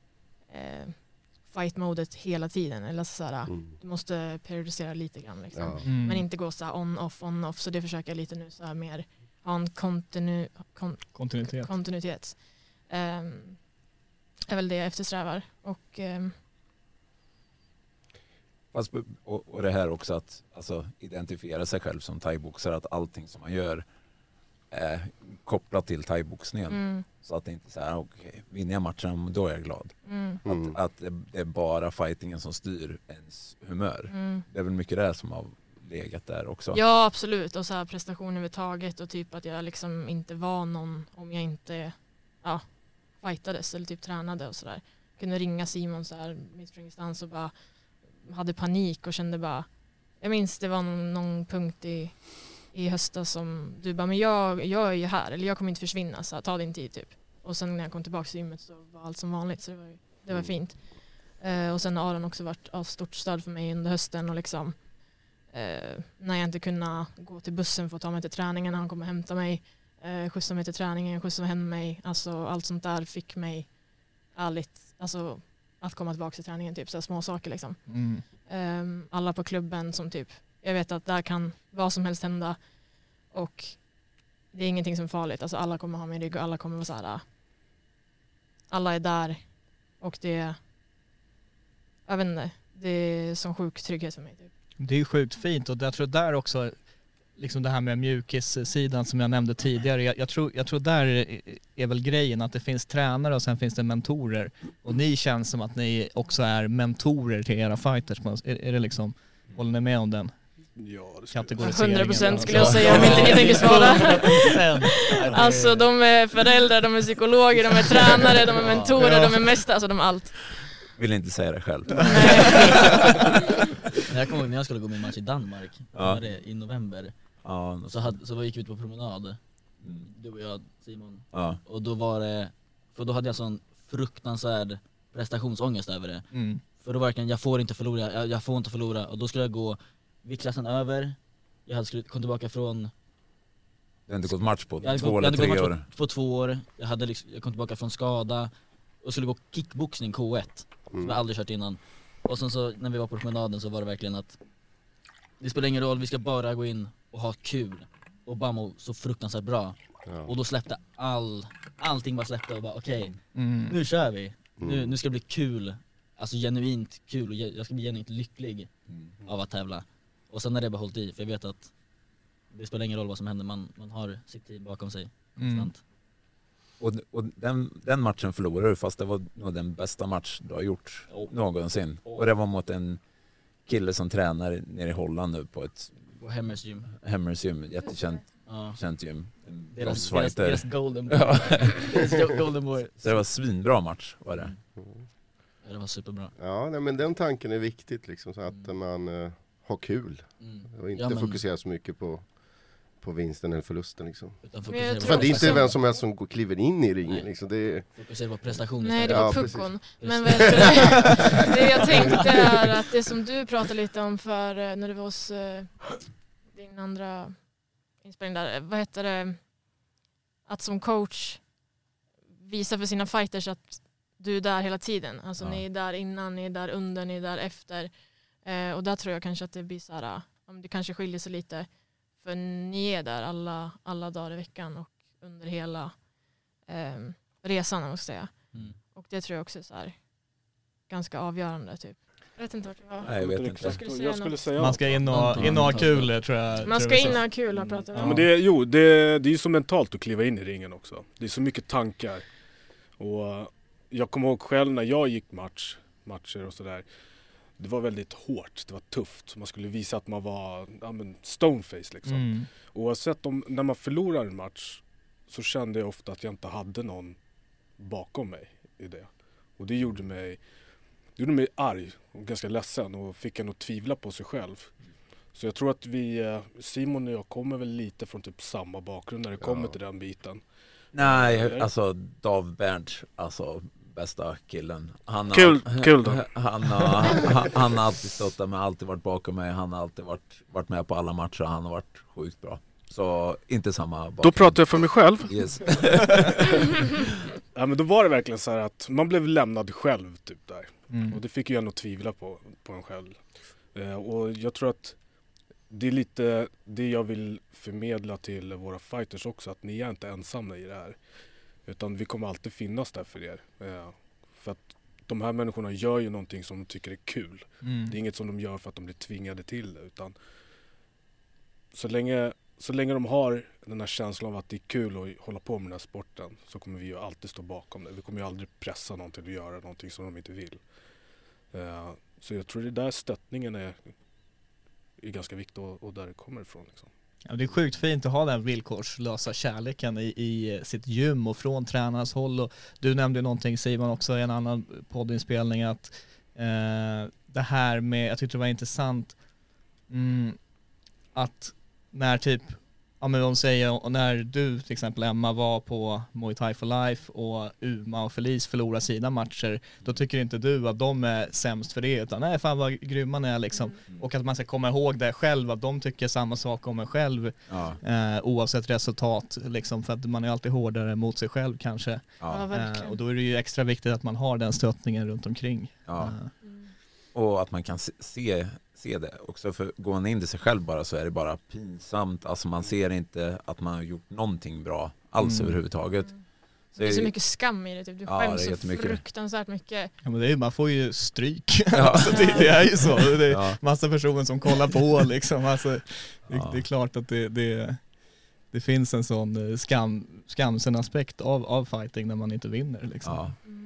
eh, fight-modet hela tiden. Eller så här, Mm. du måste periodisera lite grann. Liksom. Ja. Mm. Men inte gå så här on-off, on-off. Så det försöker jag lite nu så här mer ha en kontinu- kon- Kontinuitet. kontinuitet. Um, är väl det jag eftersträvar. Och um, Fast, och, och det här också att alltså, identifiera sig själv som thaiboxare, att allting som man gör är kopplat till thaiboxningen. mm, Så att det inte är så här, okej, vinner jag matchen, då är jag glad. mm, Mm. Att, att det, det är bara fightingen som styr ens humör. mm. Det är väl mycket det som har legat där också. Ja, absolut. Och så här prestationer överhuvudtaget och typ att jag liksom inte var någon om jag inte ja, fightades eller typ tränade och sådär. Kunde ringa Simon så här mitt från ingenstans och bara hade panik och kände bara, jag minns det var någon, någon punkt i, i höstas som du bara, men jag, jag är ju här eller jag kommer inte försvinna så här, ta din tid typ. Och sen när jag kom tillbaka till gymmet så var allt som vanligt så det var, det var fint. Eh, och sen har Aron också varit av stort stöd för mig under hösten och liksom Eh, när jag inte kunde gå till bussen för att ta mig till träningen när han kom och hämta mig, eh, skjutsa mig till träningen, skjutsa hem mig, alltså allt sånt där fick mig ärligt, alltså att komma tillbaka till träningen, typ så här små saker liksom. Mm. Eh, alla på klubben som typ, jag vet att där kan vad som helst hända och det är ingenting som är farligt, alltså alla kommer ha min rygg och alla kommer vara så här, alla är där och det, jag vet inte, det är sån sjuk trygghet för mig typ. Det är ju sjukt fint och jag tror där också liksom det här med mjukissidan som jag nämnde tidigare. Jag, jag, tror, jag tror där är, är väl grejen att det finns tränare och sen finns det mentorer. Och ni känns som att ni också är mentorer till era fighters. Är, är det liksom Håller ni med om den? Ja, det skulle Kategoriseringen? hundra procent skulle jag säga om inte ni tänker svara. Alltså de är föräldrar, de är psykologer, de är tränare, de är mentorer, de är mästare, alltså de är allt. Vill inte säga det själv. Jag kommer ihåg när jag skulle gå med match i Danmark, Ja. var det i november. Ja, Så, hade, så gick vi ut på promenad, du och jag, Simon. ja. Och då var det, för då hade jag sån fruktansvärd prestationsångest över det. Mm. För då verkligen, jag får inte förlora, jag, jag får inte förlora. Och då skulle jag gå viktklassen över. Jag hade kom tillbaka från... Du har inte gått match på Jag hade två gått, jag eller hade gått tre match år. på, på två år. Jag, hade liksom, jag kom tillbaka från skada. Och skulle gå kickboxning K ett. Som jag aldrig kört innan. Och sen så när vi var på promenaden så var det verkligen att det spelar ingen roll, vi ska bara gå in och ha kul. Och Bammo så fruktansvärt bra. Ja. Och då släppte all, allting bara släppte och bara okej, okay, Mm. nu kör vi. Nu, nu ska det bli kul. Alltså genuint kul och jag ska bli genuint lycklig av att tävla. Och sen har det bara hållit i, för jag vet att det spelar ingen roll vad som händer, man, man har sitt team bakom sig konstant. Och, och den, den matchen förlorade du, fast det var nog den bästa match du har gjort Oh. någonsin. Och det var mot en kille som tränar nere i Holland nu på ett På Hammers gym. Hammers gym, jättekänt Ja. känt gym. En Deras, deras, crossfighter. deras golden boy. Ja. Deras golden boy. Så det var svinbra match var det. Ja, det var superbra. Ja, nej, men den tanken är viktigt liksom, så att man uh, har kul. Mm. Och inte Ja, men- fokusera så mycket på, på vinsten eller förlusten liksom. Utan Men jag fokusera tror För det är inte också- vem som helst som går, kliver in i ringen Nej. liksom. Det är, fokusera på prestationen. Nej, det Ja, var precis. puckon. Just Men det. vet du, det jag tänkte är att det som du pratade lite om för eh, när du var hos eh, din andra inspelning där, vad heter det, att som coach visa för sina fighters att du är där hela tiden. Alltså Ja. ni är där innan, ni är där under, ni är där efter. Eh, och där tror jag kanske att det blir så här, om det kanske skiljer sig lite. För ni är där alla, alla dagar i veckan och under hela eh, resan, om man ska säga. Mm. Och det tror jag också är så här, ganska avgörande typ. Jag vet inte vart jag var. Nej, jag vet inte inte. Jag skulle säga Jag skulle något. säga Man ska in och, in och ha kul, tror jag. Man tror ska jag in så. och ha kul, har pratat Ja, om. men det, jo, det, det är ju så mentalt att kliva in i ringen också. Det är så mycket tankar. Och uh, jag kommer ihåg själv när jag gick match, matcher och sådär. Det var väldigt hårt, det var tufft. Man skulle visa att man var ja, men stoneface liksom. Mm. Oavsett om, när man förlorar en match så kände jag ofta att jag inte hade någon bakom mig i det. Och det gjorde mig, det gjorde mig arg och ganska ledsen och fick en att tvivla på sig själv. Så jag tror att vi, eh, Simon och jag kommer väl lite från typ samma bakgrund när det kommer Ja. till den biten. Nej, alltså Dav Bernt, alltså bästa killen. Han har, Kul, kul då. Han har, han, han har alltid stått där med, alltid varit bakom mig. Han har alltid varit, varit med på alla matcher. Han har varit sjukt bra. Så inte samma bakgrund. Då pratar jag för mig själv. Yes. Ja, men då var det verkligen så här att man blev lämnad själv typ där. Mm. Och det fick ju en att tvivla på, på en själv. Eh, och jag tror att det är lite det jag vill förmedla till våra fighters också. Att ni är inte ensamma i det här. Utan vi kommer alltid finnas där för er. Eh, för att de här människorna gör ju någonting som de tycker är kul. Mm. Det är inget som de gör för att de blir tvingade till det. Utan så länge, så länge de har den här känslan av att det är kul att hålla på med den här sporten så kommer vi ju alltid stå bakom det. Vi kommer ju aldrig pressa någon till att göra någonting som de inte vill. Uh, så jag tror det där stöttningen är, är ganska viktigt och, och där det kommer ifrån. Liksom. Ja, det är sjukt fint att ha den villkorslösa kärleken i, i sitt gym och från tränarnas håll. Och du nämnde någonting, Simon, också i en annan poddinspelning, att eh, det här med, jag tyckte det var intressant mm, att när typ, ja men de säger, och när du till exempel Emma var på Muay Thai for Life och Uma och Felice förlorar sina matcher, då tycker inte du att de är sämst för det, utan nej fan vad grymma ni är liksom. Mm. Och att man ska komma ihåg det själv, att de tycker samma sak om en själv Ja, eh, oavsett resultat liksom, för att man är alltid hårdare mot sig själv kanske. Ja, ja, Eh, verkligen. och då är det ju extra viktigt att man har den stöttningen runt omkring. ja. Eh, Mm. Och att man kan se, se, se det också. För går man in i sig själv bara så är det bara pinsamt. Alltså man ser inte att man har gjort någonting bra alls Mm. överhuvudtaget. Mm. Det är så mycket skam i det, typ. Du Ja, det är skäms så jättemycket. fruktansvärt mycket. ja, men det är ju, man får ju stryk. Ja. alltså, det, det är ju så. Det är Ja. massa personer som kollar på liksom. Alltså, det, Ja. det är klart att det, det, det finns en sån skam, skamsen aspekt av, av fighting när man inte vinner liksom. Ja. Mm.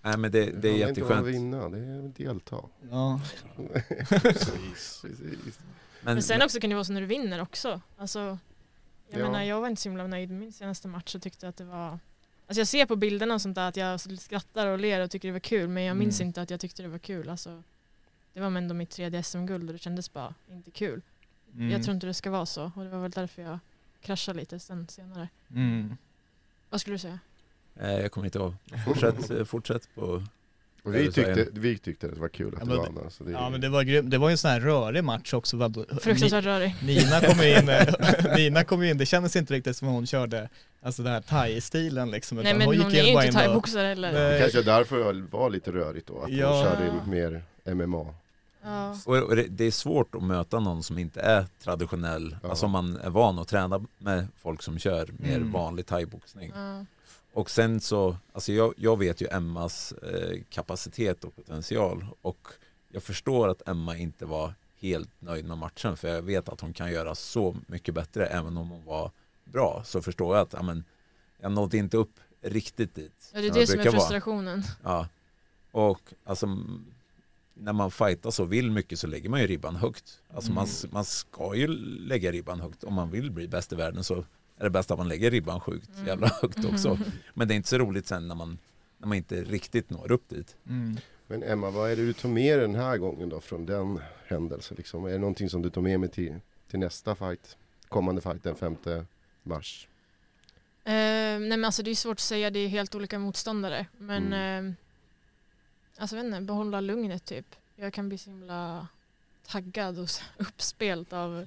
Nej, men det, det är Det jätteskönt. inte att vinna, det är att delta. Ja. Precis. Precis. Men, Men sen också kan det vara så när du vinner också. Alltså, jag Ja. menar, jag var inte så himla nöjd med min senaste match och tyckte att det var... Alltså jag ser på bilderna och sånt där att jag skrattar och ler och tycker det var kul, men jag minns Mm. inte att jag tyckte det var kul. Alltså, det var ändå mitt tredje S M-guld och det kändes bara inte kul. Mm. Jag tror inte det ska vara så och det var väl därför jag kraschade lite sen senare. Mm. Vad skulle du säga? eh, jag kommer inte ihåg. Fortsätt, eh, fortsätt på... Och vi, tyckte, vi tyckte att det var kul att Ja, det men vann. Alltså det, Ja men det var grym. Det var ju en sån här rörig match också. Vad- Fruktansvärt rörig. Nina kom ju in, eh, Nina kom ju in, det kändes inte riktigt som hon körde alltså det här thai-stilen liksom. Nej utan men hon hon gick är in ju bara inte in och- thaiboxare heller. Nej. det kanske är därför det var lite rörigt då, att Ja. de körde mer M M A. Ja. Och, och det, det är svårt att möta någon som inte är traditionell. Ja. Alltså man är van att träna med folk som kör mer Mm. vanlig thaiboxning. Ja. Och sen så, alltså jag, jag vet ju Emmas eh, kapacitet och potential. Och jag förstår att Emma inte var helt nöjd med matchen. För jag vet att hon kan göra så mycket bättre även om hon var bra. Så förstår jag att ja, men, jag nådde inte upp riktigt dit. Ja, det är jag det som är brukar vara. frustrationen. Ja. Och alltså m- när man fightar och vill mycket så lägger man ju ribban högt. Alltså man, s- man ska ju lägga ribban högt. Om man vill bli bäst i världen så är det bäst att man lägger ribban sjukt jävla högt också. Men det är inte så roligt sen när man, när man inte riktigt når upp dit. Mm. Men Emma, vad är det du tog med den här gången då från den händelsen? Liksom? Är det någonting som du tog med mig till, till nästa fight? Kommande fight den femte mars? Eh, nej men alltså det är svårt att säga, det är helt olika motståndare. Men eh, alltså jag vet inte, behålla lugnet typ. Jag kan bli så himla taggad och s- uppspelt av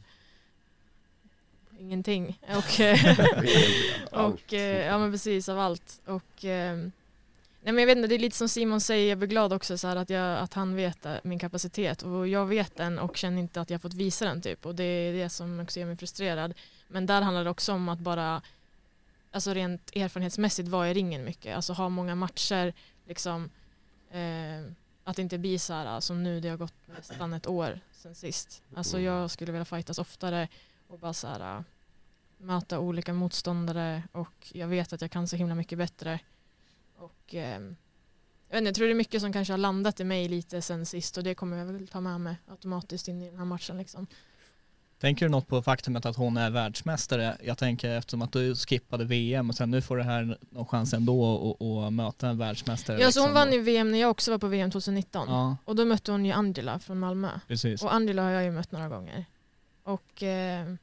ingenting. Och, eh, och eh, ja men precis, av allt. Och eh, nej men jag vet inte, det är lite som Simon säger, jag blir glad också så här att, jag, att han vet eh, min kapacitet. Och jag vet den och känner inte att jag fått visa den typ. Och det är det som också gör mig frustrerad. Men där handlar det också om att bara, alltså rent erfarenhetsmässigt vara i ringen mycket. Alltså ha många matcher, liksom eh, att det inte blir så här som nu, det har gått nästan ett år sedan sist. Alltså jag skulle vilja fightas oftare och bara så här möta olika motståndare och jag vet att jag kan så himla mycket bättre. Och eh, jag vet inte, jag tror det är mycket som kanske har landat i mig lite sen sist och det kommer jag väl ta med mig automatiskt in i den här matchen liksom. Tänker du något på faktumet att hon är världsmästare? Jag tänker eftersom att du skippade V M och sen nu får du här någon chans ändå att, att möta en världsmästare. Ja, så hon liksom. vann ju V M när jag också var på V M tjugonitton. Ja, Och då mötte hon ju Angela från Malmö. precis. Och Angela har jag ju mött några gånger. Och eh,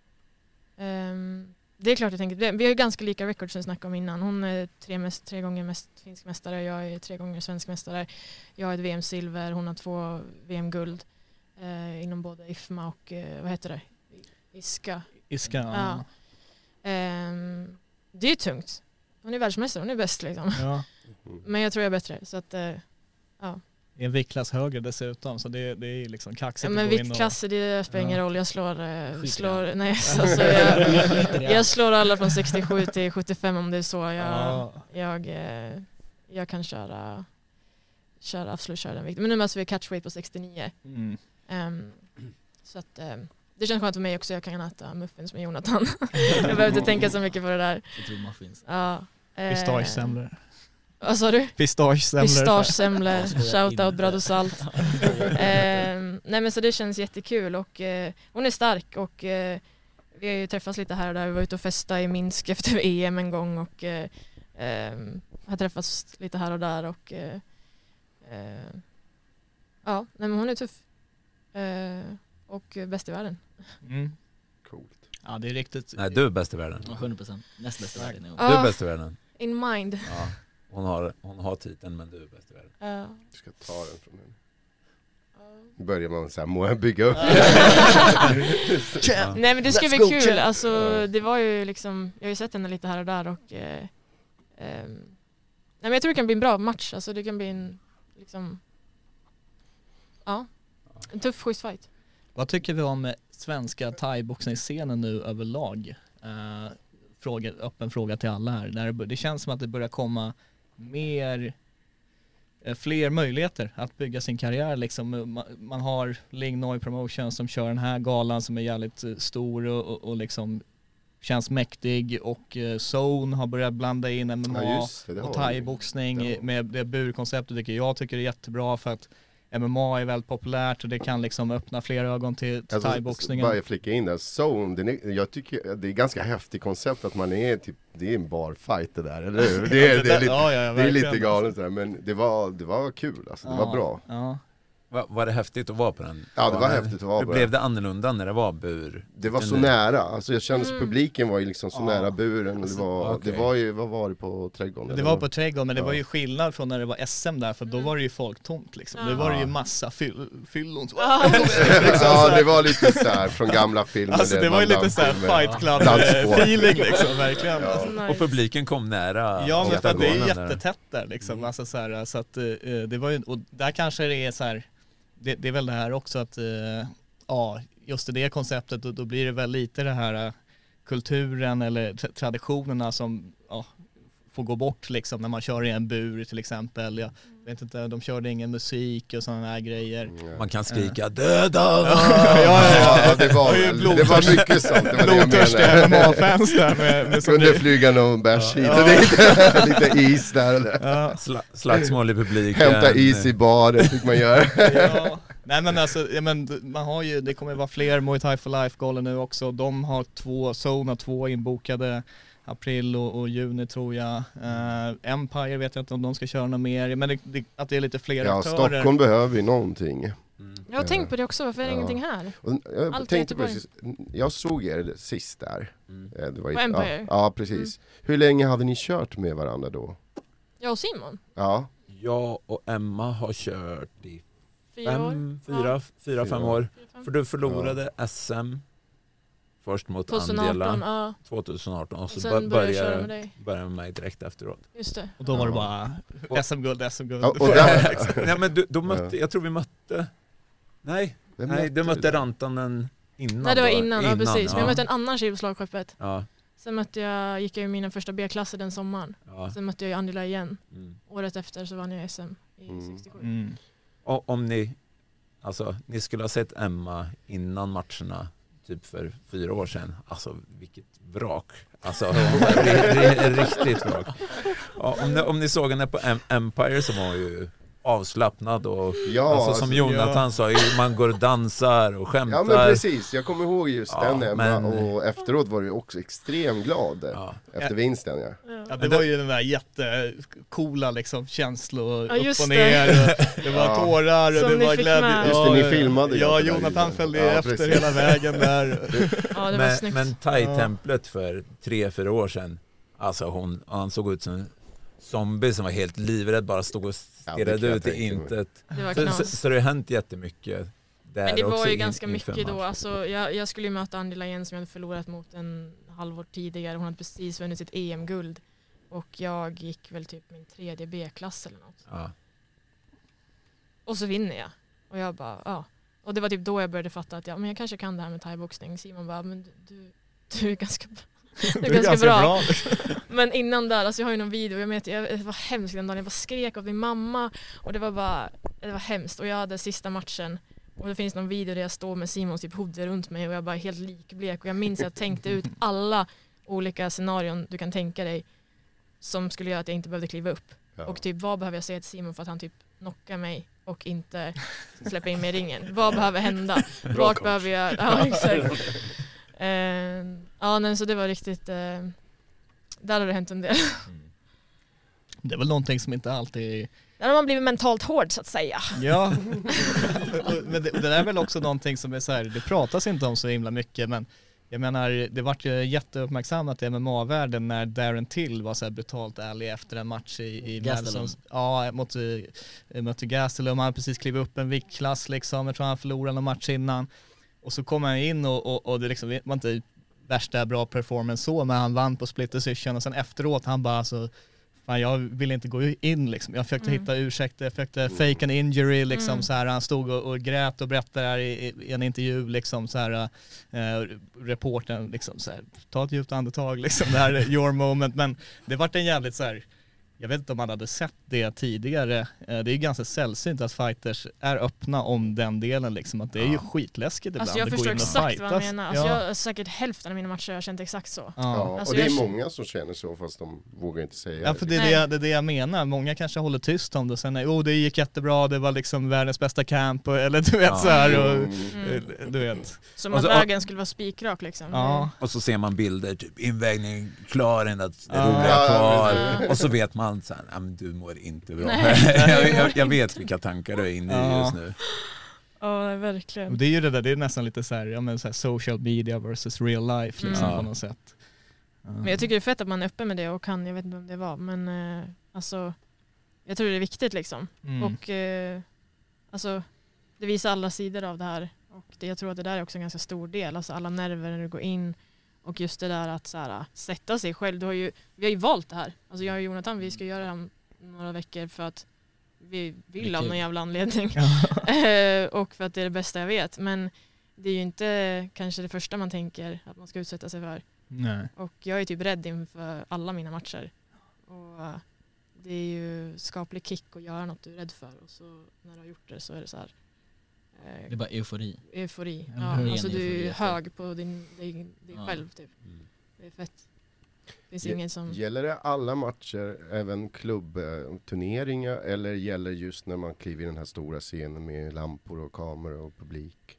ehm, det är klart jag tänker, vi har ju ganska lika records som jag snackade om innan. Hon är tre, mest, tre gånger mest finsk mästare, jag är tre gånger svensk mästare. Jag har ett V M-silver, hon har två V M-guld eh, inom både I F M A och, eh, vad heter det? Iska. Iska, ja. Ja. Ehm, det är ju tungt. Hon är världsmästare, hon är bäst liksom. ja. Men jag tror jag är bättre. Så att, eh, ja. I en viktklass högre dessutom, så det, det är liksom kaxigt Ja, att men gå in och... viktklasser, det spelar ingen Ja. roll. Jag slår, eh, Skit i slår det. nej, alltså, jag, jag slår alla från sextiosju till sjuttiofem om det är så. Jag, Ja. jag, eh, jag kan köra, köra absolut köra den vikten. Men nu möts vi catchweight på sextionio. Mm. Ehm, så att, eh, det känns skönt för mig också. Jag kan äta muffins med Jonathan. Jag behöver inte tänka så mycket på det där. Citronmuffins. Ja, eh, Pistagesemlor. Vad sa du? Pistagesemlor. Pistagesemlor, skojar shoutout inte. bröd och salt. Ehm, nej men så det känns jättekul och eh, hon är stark och eh, vi har ju träffats lite här och där. Vi var ute och festade i Minsk efter E M en gång och eh, ehm, har träffats lite här och där och eh, eh, ja, nej men hon är tuff. Eh, och bäst i världen. Mm. Coolt. Ja, det är riktigt... Nej, du är bäst i världen. Ja, hundra procent. Näst bästa världen i år. Du är Ja. bäst i världen. In mind. Ja. Hon, har, hon har titeln men du är bäst i världen. Ja. Du ska ta den från henne. Nu börjar man så här, må jag bygga upp. Ja. Nej men det ska Let's bli go, kul. champ. Alltså, Ja. det var ju liksom, jag har ju sett henne lite här och där och eh, ehm, nej, men jag tror det kan bli en bra match. Alltså, det kan bli en liksom, ja, en tuff schysst fight. Vad tycker vi om svenska thai-boxningsscenen nu överlag? Uh, fråga, öppen fråga till alla här. Där det, det känns som att det börjar komma mer, eh, fler möjligheter att bygga sin karriär. Liksom. Man, man har Ling Noi Promotion som kör den här galan som är jävligt eh, stor och, och, och liksom känns mäktig och uh, Zone har börjat blanda in M M A Ja, just det, det och har thai-boxning de. med det burkonceptet, tycker jag tycker det är jättebra för att M M A är väldigt populärt och det kan liksom öppna fler ögon till, till Alltså, thai-boxningen. bara jag flicka in där, Zone, den är, jag tycker det är ganska häftigt koncept att man är typ, det är en bar fight det där, eller hur? Det är, det är, lite, Ja, ja, det är lite verkligen. galet där, men det var, det var kul alltså, det Ja, var bra. Ja. Var, var det häftigt att vara på den? Ja, det var häftigt att vara Hur på blev den. det annorlunda när det var bur? Det var så Den- nära, alltså jag kände Mm. att publiken var ju liksom så Ja. nära buren, Alltså, det var, okej. det var ju, vad var det på Trädgården? Det eller var vad? på Trädgården, men det Ja. var ju skillnad från när det var S M där, för då Mm. var det ju folktomt liksom. Ja. Det var det ju Ja. massa fyll, fyllon. Ja. Ja, det var lite så här från gamla filmer. Alltså det var ju Van lite såhär Damme-filmer. Fight Club Dansspår. feeling liksom, verkligen. Ja. Alltså. Nice. Och publiken kom nära. Ja, men för att det är Trädgården där. jättetätt där liksom, alltså så här, så att eh, det var ju, och där kanske det är så här, det, det är väl det här också att, eh, ja, just i det konceptet, då, då blir det väl lite det här eh, kulturen eller tra- traditionerna som, ja, får gå bort liksom när man kör i en bur till exempel. Jag vet inte, de körde ingen musik och sådana här grejer. Man kan skrika döda! Ja, ja, Ja, det var, Det var ju väl, det var mycket sånt, det var det jag Blodtörstiga M M menade. A-fans där med, med som Kunde det- flyga någon bärs hit Ja. och dit, lite is där och där. Ja. Sla, slagsmål i publiken. Hämta is i badet fick man göra. Ja. Nej men alltså, ja, men man har ju, det kommer vara fler Muay Thai for Life-galor nu också. De har två, Zone har två inbokade, april och, och juni tror jag. Uh, Empire vet jag inte om de ska köra något mer, men det, det, att det är lite fler Ja, aktörer. Stockholm behöver ju någonting. Jag har tänkt på det också, varför är det Ja. ingenting här? Och jag Allt i tänkte Göteborg. precis, jag såg er sist där. Mm. Eh, Det var ju, På Empire? ja, ja, precis. Hur länge hade ni kört med varandra då? Jag och Simon? Ja, Jag och Emma har kört i Fyra år? fem, fyra, Ja. fyra, Fyra fem år. år. För du förlorade S M först mot tjugoarton, Andela ja. tjugoarton och så Sen bör- började jag köra med började dig. började med mig direkt efteråt. Just det. Och då var det Ja. bara S M-guld, S M-guld. Ja, och där, Nej men du, då mötte, jag tror vi mötte, nej, Vem nej du du mötte där? Rantanen innan. Nej det var då. innan, ja precis. Men ja. jag mötte en annan tjej på slagskeppet. Ja, Sen mötte jag, gick jag i mina första B-klasser den sommaren. ja. Sen mötte jag ju Andela igen. Mm. Året efter så vann jag S M i Mm. sextiosju. Mm. Och om ni, alltså ni skulle ha sett Emma innan matcherna typ för fyra år sedan, alltså vilket vrak. Alltså hon var ri- ri- riktigt vrak. Ja, om, ni, om ni såg henne på Em- Empire så var hon ju avslappnad och Ja, alltså, alltså, som Jonathan ja. sa, man går och dansar och skämtar. Ja men precis, jag kommer ihåg just Ja, den Emma, men- och efteråt var du också extremt glad Ja. efter vinsten. Ja. Ja, det var ju den där jättecoola liksom, känslor Ja, upp just och det. ner. Och det var Ja. tårar och Som det ni var fick glädje. med. Just det, ni filmade ju Ja, allt det där Jonathan ju. följde Ja, efter precis. hela vägen där. Ja det var Men, snyggt. men Thai-templet för tre, fyra år sedan, alltså hon, han såg ut som en zombie som var helt livrädd, bara stod och Ja, det stirrade kan jag ut i tänka mig. intet. Det var Så, så, knas. så det har hänt jättemycket där Men det också var ju in- ganska inför mycket då. matchen. Alltså, jag, jag skulle ju möta Andela igen som jag hade förlorat mot en halvår tidigare. Hon hade precis vunnit sitt E M-guld. Och jag gick väl typ min tredje B-klass eller något. Ja. Och så vinner jag. Och jag bara, ja. Och det var typ då jag började fatta att ja, men jag kanske kan det här med thaiboxning. Simon bara, men du, du är ganska bra. Det är ganska bra. Men innan där, alltså jag har ju någon video, jag vet, jag, det var hemskt den dagen, jag bara skrek åt min mamma och det var bara, det var hemskt och jag hade sista matchen och det finns någon video där jag står med Simons typ hoodie runt mig och jag bara är helt likblek och jag minns att jag tänkte ut alla olika scenarion du kan tänka dig som skulle göra att jag inte behövde kliva upp. Ja. Och typ vad behöver jag säga till Simon för att han typ knockar mig och inte släpper in mig i ringen? Vad behöver hända? Vart coach. behöver jag... Ja, exakt. Eh, ja, nej, så det var riktigt... Eh, där har det hänt en del. Det är väl någonting som inte alltid... Där har man blivit mentalt hård så att säga. Ja, men det, det där är väl också någonting som är så här, det pratas inte om så himla mycket, men jag menar, det vart ju jätteuppmärksammat i M M A-världen när Darren Till var så här brutalt ärlig efter en match i, i Gastelum. Madison. Ja, mot, eh, mot Gastelum. Han hade precis klivit upp en viktklass liksom. Jag tror han förlorade någon match innan. Och så kom han in och, och, och det liksom, det var inte värsta bra performance så, men han vann på split decision och sen efteråt han bara alltså, fan, jag ville inte gå in liksom. Jag försökte Mm. hitta ursäkter, jag försökte fake an injury liksom Mm. så här. Han stod och, och grät och berättade här i, i en intervju liksom så här, eh, reportern liksom så här, ta ett djupt andetag liksom, det här är your moment, men det vart en jävligt så här jag vet inte om man hade sett det tidigare. Det är ganska sällsynt att fighters är öppna om den delen liksom. Att det är ju skitläskigt ibland. Alltså jag att gå förstår in och exakt fightas. vad han menar. Alltså Ja. jag har säkert hälften av mina matcher jag har känt exakt så. Ja. Ja, Alltså och det är jag- många som känner så fast de vågar inte säga Ja, för det är Nej. det, det är det jag menar. Många kanske håller tyst om det. Sen är, oh, det gick jättebra, det var liksom världens bästa camp. Och, eller du vet Ja. så här. Och, Mm. du vet. Som Och att så- vägen skulle vara spikrak liksom. Ja. Och så ser man bilder, typ invägning, klar, endast det Ja. roliga Ja, kvar. precis. Och så vet man så här, "Ja, men du mår inte bra. Nej. jag, jag, jag vet vilka tankar du är inne i Ja. just nu. Ja, Och verkligen. det är ju det där, det är nästan lite så här, ja, men så här social media versus real life liksom, Mm. på något sätt. Ja. Men jag tycker det är fett att man är öppen med det och kan, jag vet inte om det var, men eh, alltså jag tror det är viktigt liksom. Mm. Och eh, alltså det visar alla sidor av det här. Och det, jag tror att det där är också en ganska stor del, alltså alla nerver när du går in. Och just det där att så här, sätta sig själv. Du har ju, vi har ju valt det här. Alltså jag och Jonathan, vi ska göra det här om några veckor för att vi vill av kul. någon jävla anledning. Ja. Eh, och för att det är det bästa jag vet. Men det är ju inte kanske det första man tänker att man ska utsätta sig för. Nej. Och jag är typ rädd inför alla mina matcher. Och uh, det är ju skaplig kick att göra något du är rädd för. Och så när du har gjort det så är det så här eh, Det är bara eufori. eufori. Eller Ja, hur? alltså du Eufori är efter. hög på din, dig, dig Ja. själv typ. Mm. Det är fett. Det finns Ge- ingen som... Gäller det alla matcher, även klubbturneringar, eller gäller just när man kliver i den här stora scenen med lampor och kameror och publik?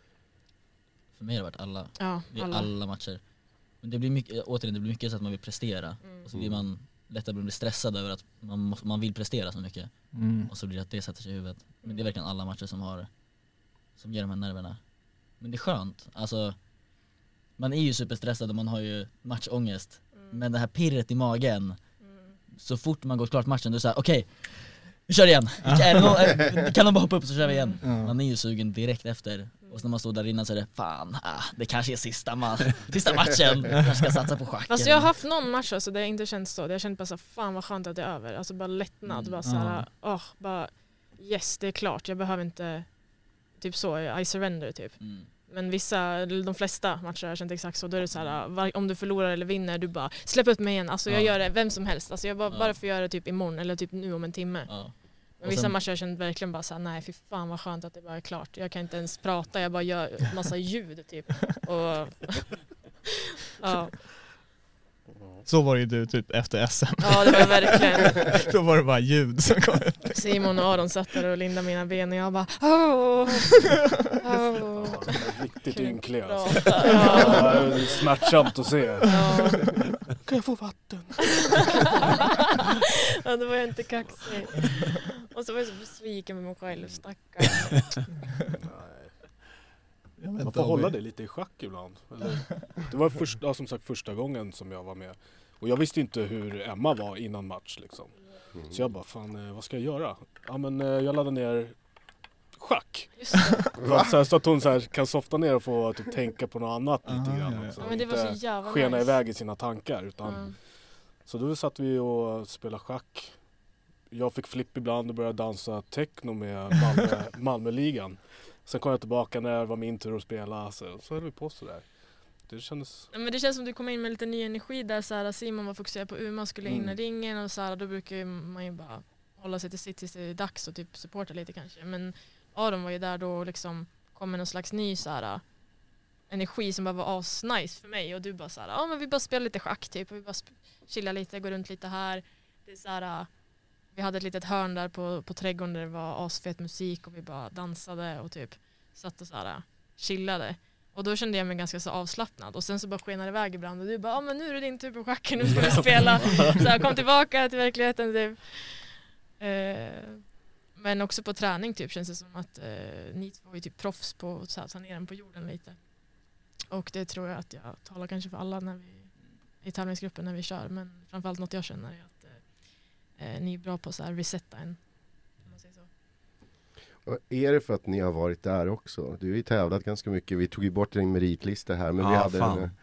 För mig har det varit alla. Ja, Det är alla. alla matcher. Men det blir mycket, återigen, det blir mycket så att man vill prestera. Mm. Och så blir man lättare bli stressad över att man, måste, man vill prestera så mycket. Mm. Och så blir det att det sätter sig i huvudet. Men det är verkligen alla matcher som har, som ger de här nerverna. Men det är skönt. Alltså, man är ju superstressad och man har ju matchångest. Mm. Men det här pirret i magen, Mm. så fort man går klart matchen, då är det såhär, okej, vi kör igen. Är det någon, kan de bara hoppa upp så kör vi igen. Ja. Man är ju sugen direkt efter. Och så när man står där innan så är det, fan, ah, det kanske är sista, ma- sista matchen. Jag kanske ska satsa på schacken. Fast jag har haft någon match alltså, där jag inte känt så. Där jag känt bara så här, fan vad skönt att det är över. Alltså bara lättnad. Mm. Bara så här, åh, bara yes, det är klart. Jag behöver inte typ så, I surrender typ. Mm. Men vissa, eller de flesta matcher har jag känt exakt så. Då är det så här, var, om du förlorar eller vinner, du bara släpp upp mig igen. Alltså jag Ja. gör det vem som helst. Alltså jag bara, Ja. bara får göra det typ imorgon eller typ nu om en timme. Ja. Men Och vissa sen- matcher har jag känt verkligen bara såhär, nej fy fan vad skönt att det bara är klart. Jag kan inte ens prata, jag bara gör massa ljud typ. Och, ja. Så var ju du typ efter S M. ja, det var verkligen. Då var det bara ljud som kom ut. Simon och Aron satt där och lindade mina ben och jag bara åh, åh. Riktigt Kunde ynklig inte alltså. prata. Ja. Ja, det är smärtsamt att se. Ja. Kan jag få vatten? Ja, då var jag inte kaxig. Och så var jag så besviken med mig själv, stackarn. Jag vet Man inte får om hålla vi- det lite i schack ibland. Eller, det var först, ja, som sagt första gången som jag var med. Och jag visste inte hur Emma var innan match liksom. Mm. Så jag bara, fan eh, vad ska jag göra? Ja men eh, jag laddade ner schack. Just det. Va? Så, här, så att hon så här, kan softa ner och få typ, tänka på något annat lite Ah, grann. ja, ja. Också. Ja, men det var så Inte jävla skena nice. iväg i sina tankar. Utan, Ja. Så då satt vi och spelade schack. Jag fick flipp ibland och började dansa techno med Malmö, Malmöligan. Sen kom jag tillbaka när det var min tur att spela. Så, så höll vi på sådär. Det kändes... Ja, men det känns som du kom in med lite ny energi där så här, Simon var fokuserad på Uma, skulle in i Mm. ringen och så här, då brukar ju man ju bara hålla sig till sitt tills det är dags och typ supporta lite kanske. Men Aron var ju där då och liksom kom med någon slags ny så här, energi som bara var asnice för mig och du bara så här, ja men vi bara spelar lite schack typ och vi bara sp- chillar lite, går runt lite här. Det är så här, vi hade ett litet hörn där på, på trädgården där det var asfet musik och vi bara dansade och typ satt och så här chillade. Och då kände jag mig ganska så avslappnad. Och sen så bara skenade iväg ibland och du bara, ja ah, men nu är det din tur på schacken, nu ska du spela. Så jag kom tillbaka till verkligheten typ. Eh, men också på träning typ känns det som att eh, ni två är typ proffs på att så här, ta ner den på jorden lite. Och det tror jag att jag talar kanske för alla när vi i tävlingsgruppen när vi kör. Men framförallt något jag känner är att eh, ni är bra på att så här resetta en. Om man säger så. Och är det för att ni har varit där också? Du har ju tävlat ganska mycket. Vi tog ju bort din meritlista här. Men vi Ja, hade fan. den,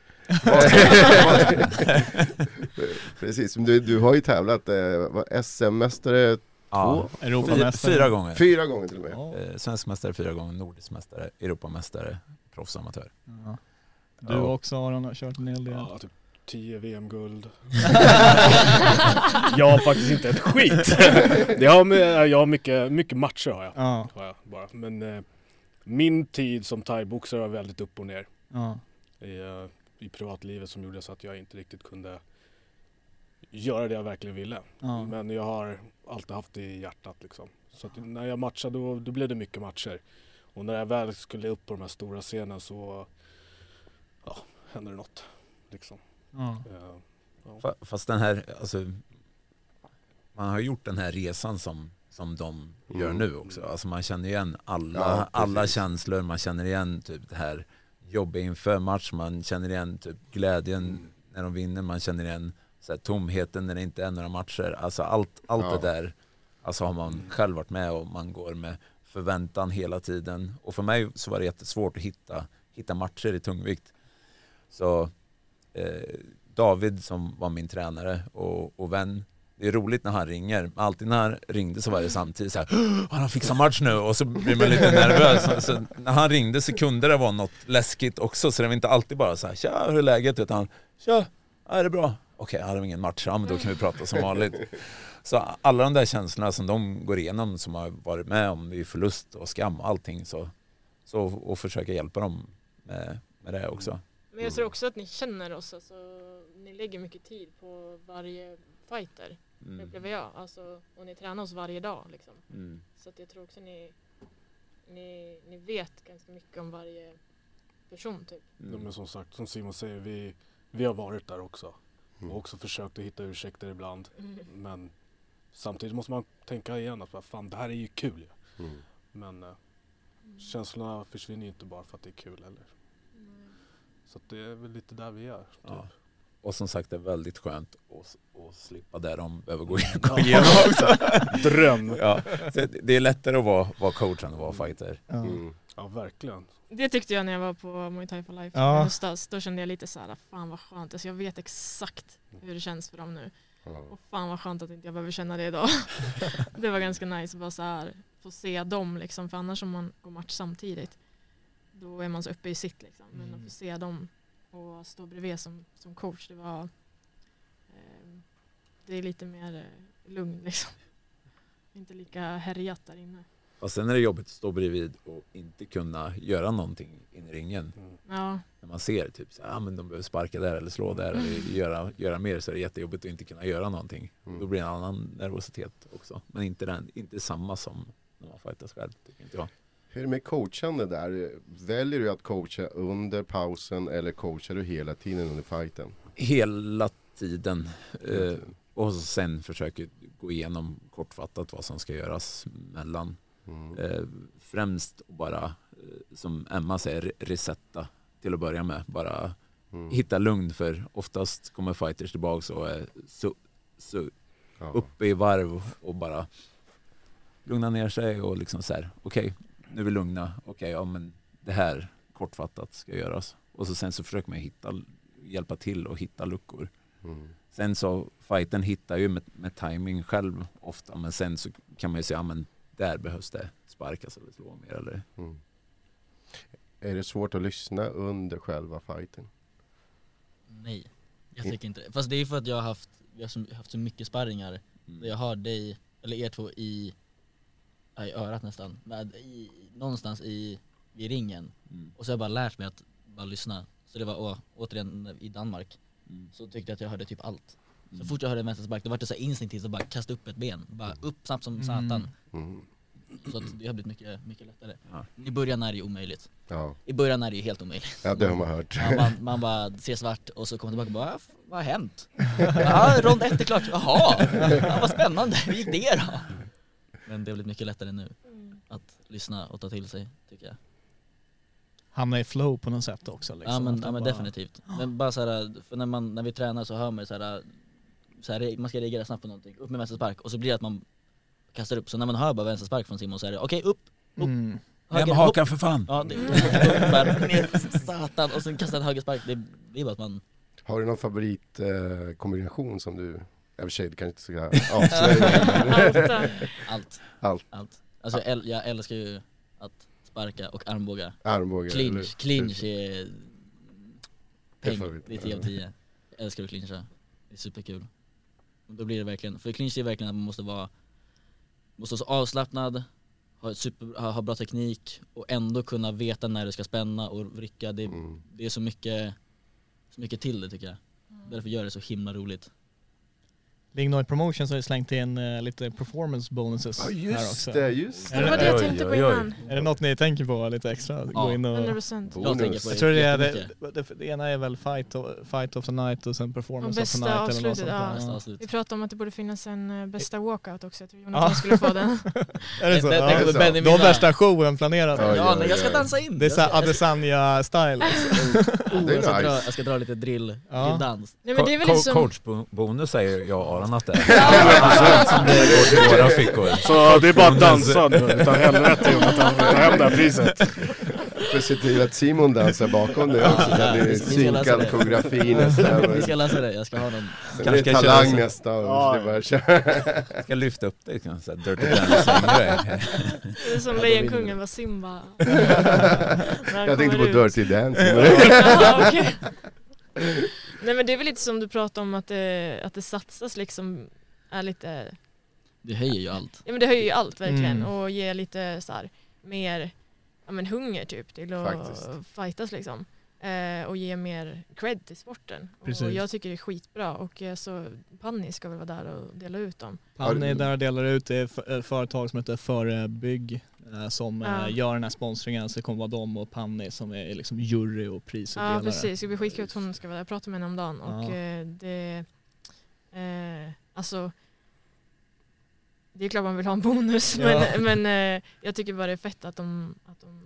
precis, men du, du har ju tävlat eh, var S M-mästare Ja, två, Europamästare. fyra gånger. fyra gånger till och med. Ja. Eh, svensk mästare fyra gånger, nordisk mästare, Europamästare, proffsamatör. Ja. Du Ja. också Aron har kört en hel del. Ja, typ tio V M-guld. Jag har faktiskt inte ett skit. Jag har, jag har mycket, mycket matcher har jag. Ja. Har jag bara. Men eh, min tid som thaiboxare var väldigt upp och ner. Ja. I, uh, I privatlivet som gjorde så att jag inte riktigt kunde göra det jag verkligen ville. Ja. Men jag har alltid haft det i hjärtat liksom. Så att när jag matchade då, då blev det mycket matcher. Och när jag väl skulle upp på de här stora scenen så ja, hände det något liksom. Ja. Uh, ja. Fa- Fast den här, alltså, man har gjort den här resan som, som de gör Mm. nu också. Alltså man känner igen alla, Ja, precis. alla känslor, man känner igen typ det här jobbet inför match, man känner igen typ glädjen Mm. när de vinner, man känner igen så här, tomheten när det inte är några matcher. Alltså allt, allt Ja. det där alltså har man själv varit med och man går med förväntan hela tiden. Och för mig så var det jättesvårt att hitta, hitta matcher i tungvikt. Så eh, David som var min tränare och, och vän, det är roligt när han ringer. Alltid när han ringde så var det samtidigt så här, han har fixat match nu, och så blir man lite nervös. Så, så när han ringde så kunde det vara något läskigt också, så det var inte alltid bara så här, tja, hur är läget? Utan, tja, är det bra? Okej, jag har ingen match, ja, men då kan vi prata som vanligt. Så alla de där känslorna som de går igenom, som har varit med om i förlust och skam och allting, så, så och försöka hjälpa dem med, med det också. Men jag tror också att ni känner oss, alltså, ni lägger mycket tid på varje fighter, Mm. upplever jag. Alltså, och ni tränar oss varje dag liksom. Mm. Så att jag tror också ni, ni, ni vet ganska mycket om varje person typ. Ja, men som sagt, som Simon säger, vi, vi har varit där också. Mm. Och också försökt att hitta ursäkter ibland. Mm. Men samtidigt måste man tänka igen att fan, det här är ju kul. Mm. Men uh, känslorna försvinner ju inte bara för att det är kul heller. Så att det är väl lite där vi är. Typ. Ja. Och som sagt, det är väldigt skönt att, att slippa där de behöver gå gå igenom också. Dröm! Ja. Så det är lättare att vara, vara coach än att vara fighter. Ja. Mm. Ja, verkligen. Det tyckte jag när jag var på Muay Thai for Life Ja. i höstas. Då kände jag lite så här, fan vad skönt. Alltså jag vet exakt hur det känns för dem nu. Ja. Och fan vad skönt att inte jag behöver känna det idag. Det var ganska nice att bara så här, få se dem liksom. För annars om man går match samtidigt, då är man så uppe i sitt liksom. Men Mm. att få se dem och stå bredvid som, som coach, det var eh, det är lite mer eh, lugn liksom. Inte lika härjat där inne. Och sen är det jobbigt att stå bredvid och inte kunna göra någonting in i ringen. Mm. Ja, När man ser typ så, ah, men de behöver sparka där eller slå där eller göra, göra mer, så är det jättejobbigt att inte kunna göra någonting. Mm. Då blir det en annan nervositet också. Men inte, den, inte samma som när man fightas själv, tycker inte jag. Hur är det med coachande där? Väljer du att coacha under pausen eller coachar du hela tiden under fighten? Hela tiden. Eh, och sen försöker gå igenom kortfattat vad som ska göras mellan. Mm. Eh, främst bara, eh, som Emma säger, resetta till att börja med. Bara Mm. hitta lugn, för oftast kommer fighters tillbaka och är så, så Ja. uppe i varv och bara lugna ner sig och liksom så här, okej, okay, nu är vi lugna, okej, okay, ja men det här kortfattat ska göras. Och så sen så försöker man hitta, hjälpa till och hitta luckor. Mm. Sen så, fighten hittar ju med, med timing själv ofta, men sen så kan man ju säga, ja men där behövs det sparkas eller slå mer eller. Mm. Är det svårt att lyssna under själva fighten? Nej, jag tycker inte det. Fast det är för att jag har haft, jag har så- haft så mycket sparringar där jag har dig, eller er två i, ja, i örat nästan, med, i, någonstans i, i ringen. Mm. Och så har jag bara lärt mig att bara lyssna. Så det var å, återigen i Danmark, Mm. så tyckte jag att jag hörde typ allt. Så Mm. fort jag hörde en vänsterspark, då var det så här instinktivt att bara kasta upp ett ben. Bara upp snabbt som Mm. satan. Mm. Så att det har blivit mycket, mycket lättare. Ja. I början är det ju omöjligt. Ja. I början är det ju helt omöjligt. ja, det har man hört. Ja, man, man bara ser svart och så kommer tillbaka och bara, "Vad- vad har hänt? Ja, rond ett är klart. Jaha, ja, vad spännande. Hur gick det då? Men det har blivit mycket lättare nu att lyssna och ta till sig, tycker jag. Hamna i flow på något sätt också liksom. Ja men, Att ja, men bara- definitivt. Men bara så här, för när, man, när vi tränar så hör man ju så här, så här, man ska reagera snabbt på någonting, upp med vänsterspark, och så blir det att man kastar upp. Så när man hör bara vänsterspark från Simon så är det okej, upp, Mm. Vem höger, hakar för fan? Ja, det, upp, bara ner, satan, och sen kastar en högerspark. Det, det är bara att man, Har du någon favoritkombination eh, kombination som du, i och för sig du kanske inte ska avslöja. allt, Allt. allt. Alltså jag, äl- jag älskar ju att sparka och armbåga. Armbågar. eller- Clinch, clinch är Det är peng, favorit. det är tio av tio. Jag älskar att clincha. Det är superkul. Och då blir det verkligen, för clinch är verkligen att man måste vara måste vara avslappnad, ha, super, ha, ha bra teknik och ändå kunna veta när du ska spänna och rycka. Det, Mm. det är så mycket, så mycket till det tycker jag. Därför gör det så himla roligt. Lignoid Promotions har ju slängt in uh, lite performance bonuses Ja, här just också. det, just Det var det jag tänkte på innan. Är det något ni tänker på lite extra? Gå Ja. in och... hundra procent. Jag tänker på Jag tror det är det, jättemycket. det, det ena är väl fight of, fight of the night och sen Och performance of the bästa night eller något avslutet, sånt ja. där. Bästa avslut. Vi pratade om att det borde finnas en eh, bästa walkout också. Jag tror Ja. Jonathan skulle få den. Är det så? Den- den Ja, kommer så. Benny de vinna. värsta showen planerade. Oj, Ja, oj, nej, jag ska oj. dansa in. Det är Jag ska- såhär Adesanya-style. Liksom. Oh, Det är jag, ska dra, nice. jag ska dra lite drill, Ja. drilldans. Nej, men det är väl liksom... Coachbonus säger jag och Aron att det är. Som det går till våra fickor. Så det är bara att dansa nu, utan helvete Jonathan, ta hem det här priset. För se till att Simon dansar bakom det också, så att det är Vi ska lösa synkad det. koreografi nästan. Vi ska läsa det, jag ska ha någon. Sen Kanske är det ska köra talang så. nästa och Ja, det är bara att köra. Jag ska lyfta upp det, kan jag säga. Dirty Dancing-grej. Det är som Ja, då Lejonkungen vinner var Simba. Jag tänkte på Dirty Dancing. Ja, okej. Nej men det är väl lite som du pratar om att det, att det satsas liksom är lite, Det höjer ju allt. ja men det höjer ju allt verkligen Mm. och ger lite så här mer, ja men hunger typ till att Faktiskt. fightas liksom. Eh, och ge mer cred till sporten. Precis. Och jag tycker det är skitbra och eh, så Panni ska väl vara där och dela ut dem. Han är där och delar ut, det är f- ett företag som heter Förebygg eh, som Ja. eh, gör den här sponsringen, så det kommer vara de och Panni som är liksom jury och prisutdelare. Ja precis, det blir skitkul att hon ska vara där. Jag pratade med henne om dagen och Ja. eh, det, eh, alltså det är klart man vill ha en bonus Ja. men, men eh, jag tycker bara det är fett att de, att de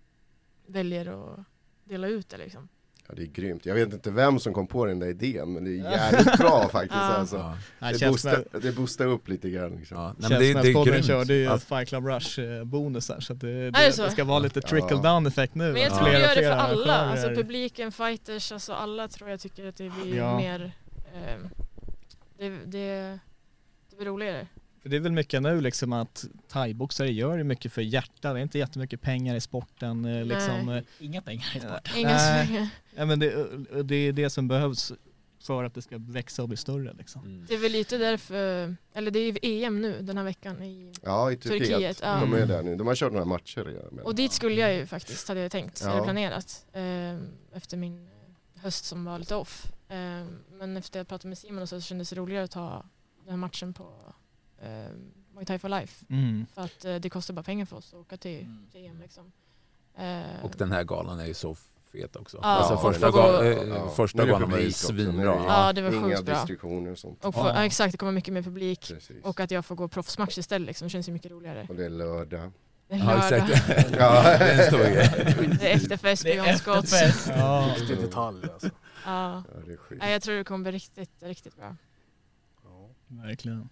väljer att dela ut det liksom. Ja, det är grymt. Jag vet inte vem som kom på den där idén, men det är jävligt bra faktiskt. Ja. Alltså. Ja. Nej, Det, känns boostar, som det boostar upp lite grann. Liksom. Ja. Nej, känns men det, som det att är podden grymt. körde ju Att, Fight Club Rush eh, bonusar, så att det, det det, så? det ska vara lite trickle Ja. down effekt nu. Men jag att tror vi flera- gör det för flera alla, arrangörer- alltså publiken, fighters, alltså alla tror jag tycker att det blir Ja. mer eh, det, det, det blir roligare. För det är väl mycket nu liksom att thaiboxare gör ju mycket för hjärta, det är inte jättemycket pengar i sporten. eh, Liksom, eh, Inga pengar i sport. Inga Nej. svingar. ja, men det, det är det som behövs för att det ska växa och bli större. Liksom. mm. Det är väl lite därför, eller det är ju E M nu den här veckan i, Ja, i Turkiet. Turkiet, ja. De är där nu. De har kört några matcher redan. och dit skulle jag ju faktiskt, hade jag tänkt, Ja. eller planerat eh, efter min höst som var lite off. Eh, men efter jag pratade med Simon och så kändes det roligare att ta den här matchen på eh, Muay Thai for Life. Mm. För att eh, det kostar bara pengar för oss att åka till, Mm. till E M liksom. Eh, Och den här galan är ju så fet också. Ja, alltså och första, det var- gal, eh, Ja. första Nu är det galan var ju publik också, nu är det- svinbra. Ja, det var Inga sjukt bra. distriktioner och sånt. Och för, Ja. ja, exakt, det kommer mycket mer publik. Precis. Och att jag får gå proffsmatch istället liksom, det känns ju mycket roligare. Och det är lördag. Det är Ja, lördag. exakt. Ja. Det är en stor grej. Det är efterfest på Det är John Scotts. efterfest. Ja. Viktig detalj alltså. Ja. Ja, det är skit. Nej, jag tror det kommer bli riktigt, riktigt bra. Ja. Verkligen.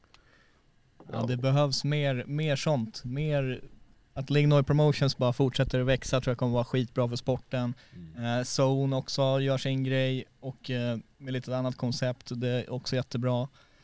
Ja, Ja. det behövs mer, mer sånt. Mer att Lignoid Promotions bara fortsätter att växa tror jag kommer vara skitbra för sporten. Eh, Zone också gör sin grej och eh, med lite annat koncept, det är också jättebra.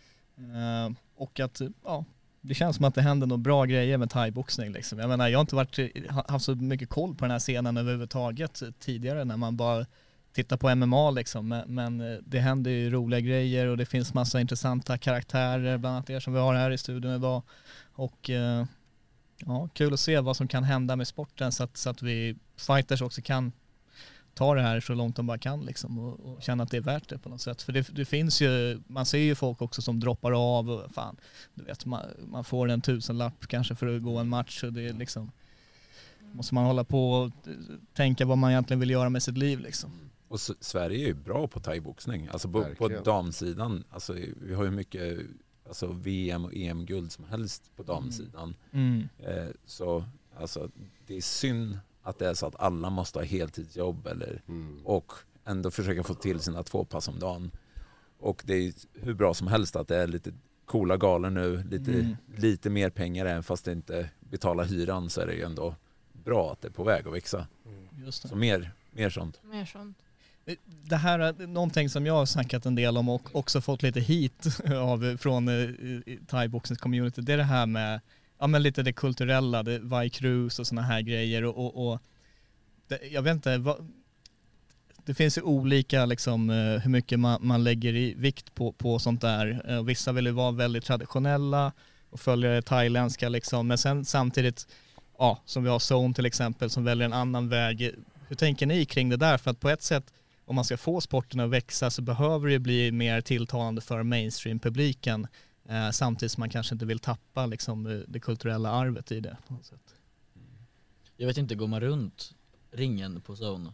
Eh, och att, ja, det känns som att det händer några bra grejer med thaiboxning liksom. Jag menar, jag har inte varit, haft så mycket koll på den här scenen överhuvudtaget tidigare när man bara tittar på M M A liksom, men, men det händer ju roliga grejer och det finns massa intressanta karaktärer, bland annat er som vi har här i studion idag. Och eh, ja, kul att se vad som kan hända med sporten så att, så att vi fighters också kan ta det här så långt de bara kan liksom, och, och känna att det är värt det på något sätt. För det, det finns ju, man ser ju folk också som droppar av och fan, du vet, man, man får en tusenlapp kanske för att gå en match och det är liksom, måste man hålla på och tänka vad man egentligen vill göra med sitt liv liksom. Och S- Sverige är ju bra på thaiboxning. Alltså på, på Verkligen. damsidan, alltså vi har ju mycket alltså V M och E M-guld som helst på damsidan. Mm. Eh, så alltså, det är synd att det är så att alla måste ha heltidsjobb eller, Mm. och ändå försöka få till sina två pass om dagen. Och det är hur bra som helst att det är lite coola galor nu, lite, Mm. lite mer pengar än fast det inte betalar hyran, så är det ju ändå bra att det är på väg att växa. Just det. Så mer, mer sånt. Mer sånt. Det här är någonting som jag har snackat en del om och också fått lite hit av från eh, thaiboxnings community. Det är det här med, ja, men lite det kulturella, det Vai Cruz och såna här grejer och, och, och det, jag vet inte, vad, det finns ju olika liksom, uh, hur mycket man, man lägger i vikt på, på sånt där. Uh, vissa vill ju vara väldigt traditionella och följa det thailändska liksom. Men sen samtidigt, ja, som vi har Zone till exempel som väljer en annan väg. Hur tänker ni kring det där? För att på ett sätt, om man ska få sporten att växa så behöver det bli mer tilltalande för mainstream-publiken. Uh, samtidigt som man kanske inte vill tappa liksom, det kulturella arvet i det på något sätt. Jag vet inte, går man runt ringen på Zone?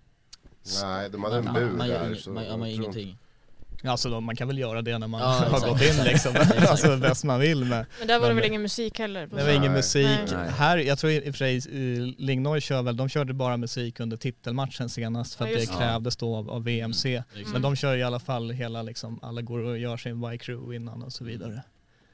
Nej, de hade en man, bur man, man där. gör, Så man, man, man gör ingenting. Alltså då, man kan väl göra det när man Ja, har exakt. gått in liksom. Alltså bäst man vill med. Men där var det Men- väl ingen musik heller? På Det var så- ingen Nej. musik. Nej. Här, jag tror i och för sig eh, Lingnoi kör väl, de körde bara musik under titelmatchen senast för Ja, att det just det. krävdes då av, av V M C. Mm. Men de kör i alla fall hela liksom, alla går och gör sin Y-crew innan och så vidare.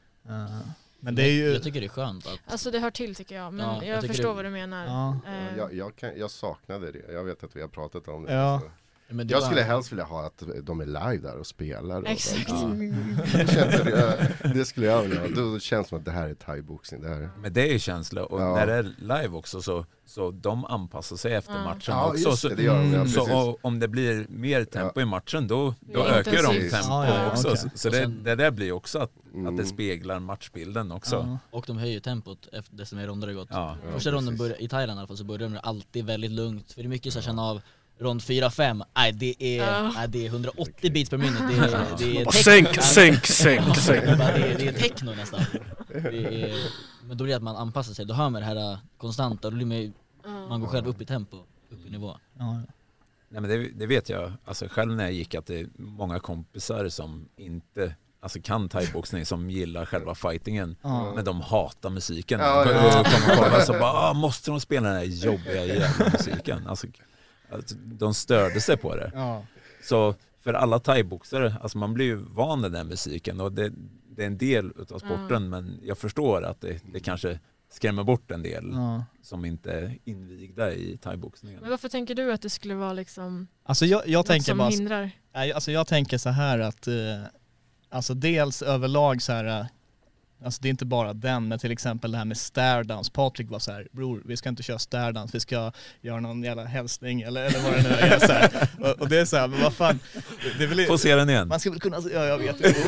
Uh, men det är ju... Jag tycker det är skönt att... Alltså det hör till tycker jag, men Ja, jag jag, tycker förstår det- vad du menar. Ja. Eh, Jag, jag, kan, jag saknade det. Jag vet att vi har pratat om det. Ja. Så. Men det Jag var- skulle helst vilja ha att de är live där och spelar. Och Exakt. Ja. det, känns, det, det skulle jag vilja ha. Då känns det som att det här är thai-boxning. Det här. Men det är ju känsla och Ja. när det är live också så, så de anpassar sig efter Ja. matchen Ja, också. just Så, det, det gör de. Ja, Mm. så precis. och, om det blir mer tempo i matchen då, då Ja, ökar de intensivt. tempo Ja, ja, ja, också. okej. Så, så Och det, sen- det där blir också att, Mm. att det speglar matchbilden också. Ja. Och de höjer tempot efter det som är ronder det gått. Ja. Ja, Första ronden precis. börjar, i Thailand i alla fall så börjar de alltid väldigt lugnt. För det är mycket så här känna av rond fyra fem, nej det är, Ja. nej, det är hundraåttio beats per minut. Det är, det är Bara techno. sänk, sänk, sänk, sänk. Det är, bara- det är, det är techno nästan. Det är, men då blir det att man anpassar sig, då hör man det här äh, konstanta, då blir man, ja. man går själv upp i tempo, upp i nivå. Ja. Nej, men det, det vet jag, alltså själv när jag gick att det är många kompisar som inte alltså kan thaiboxning som gillar själva fightingen Ja. men de hatar musiken. Ja, de ja. kommer kolla så bara ah, måste de spela den här jobbiga jävla musiken. Alltså, alltså, de störde sig på det. Ja. Så för alla thaiboxare, alltså man blir ju van vid den musiken och det, det är en del utav sporten Mm. men jag förstår att det, det kanske skrämmer bort en del Ja. som inte är invigda i thaiboxningen. Men varför tänker du att det skulle vara liksom Alltså jag, jag något tänker som bara... hindrar? Nej, alltså jag tänker så här att eh, alltså dels överlag så här, eh, alltså det är inte bara den, men till exempel det här med stairdowns. Patrik var så här, bror vi ska inte köra stairdowns, vi ska göra någon jävla hälsning eller, eller vad det nu är så här. Och, och det är så här, men vad fan, det är väl, Få se den igen. man ska väl kunna, ja jag vet inte.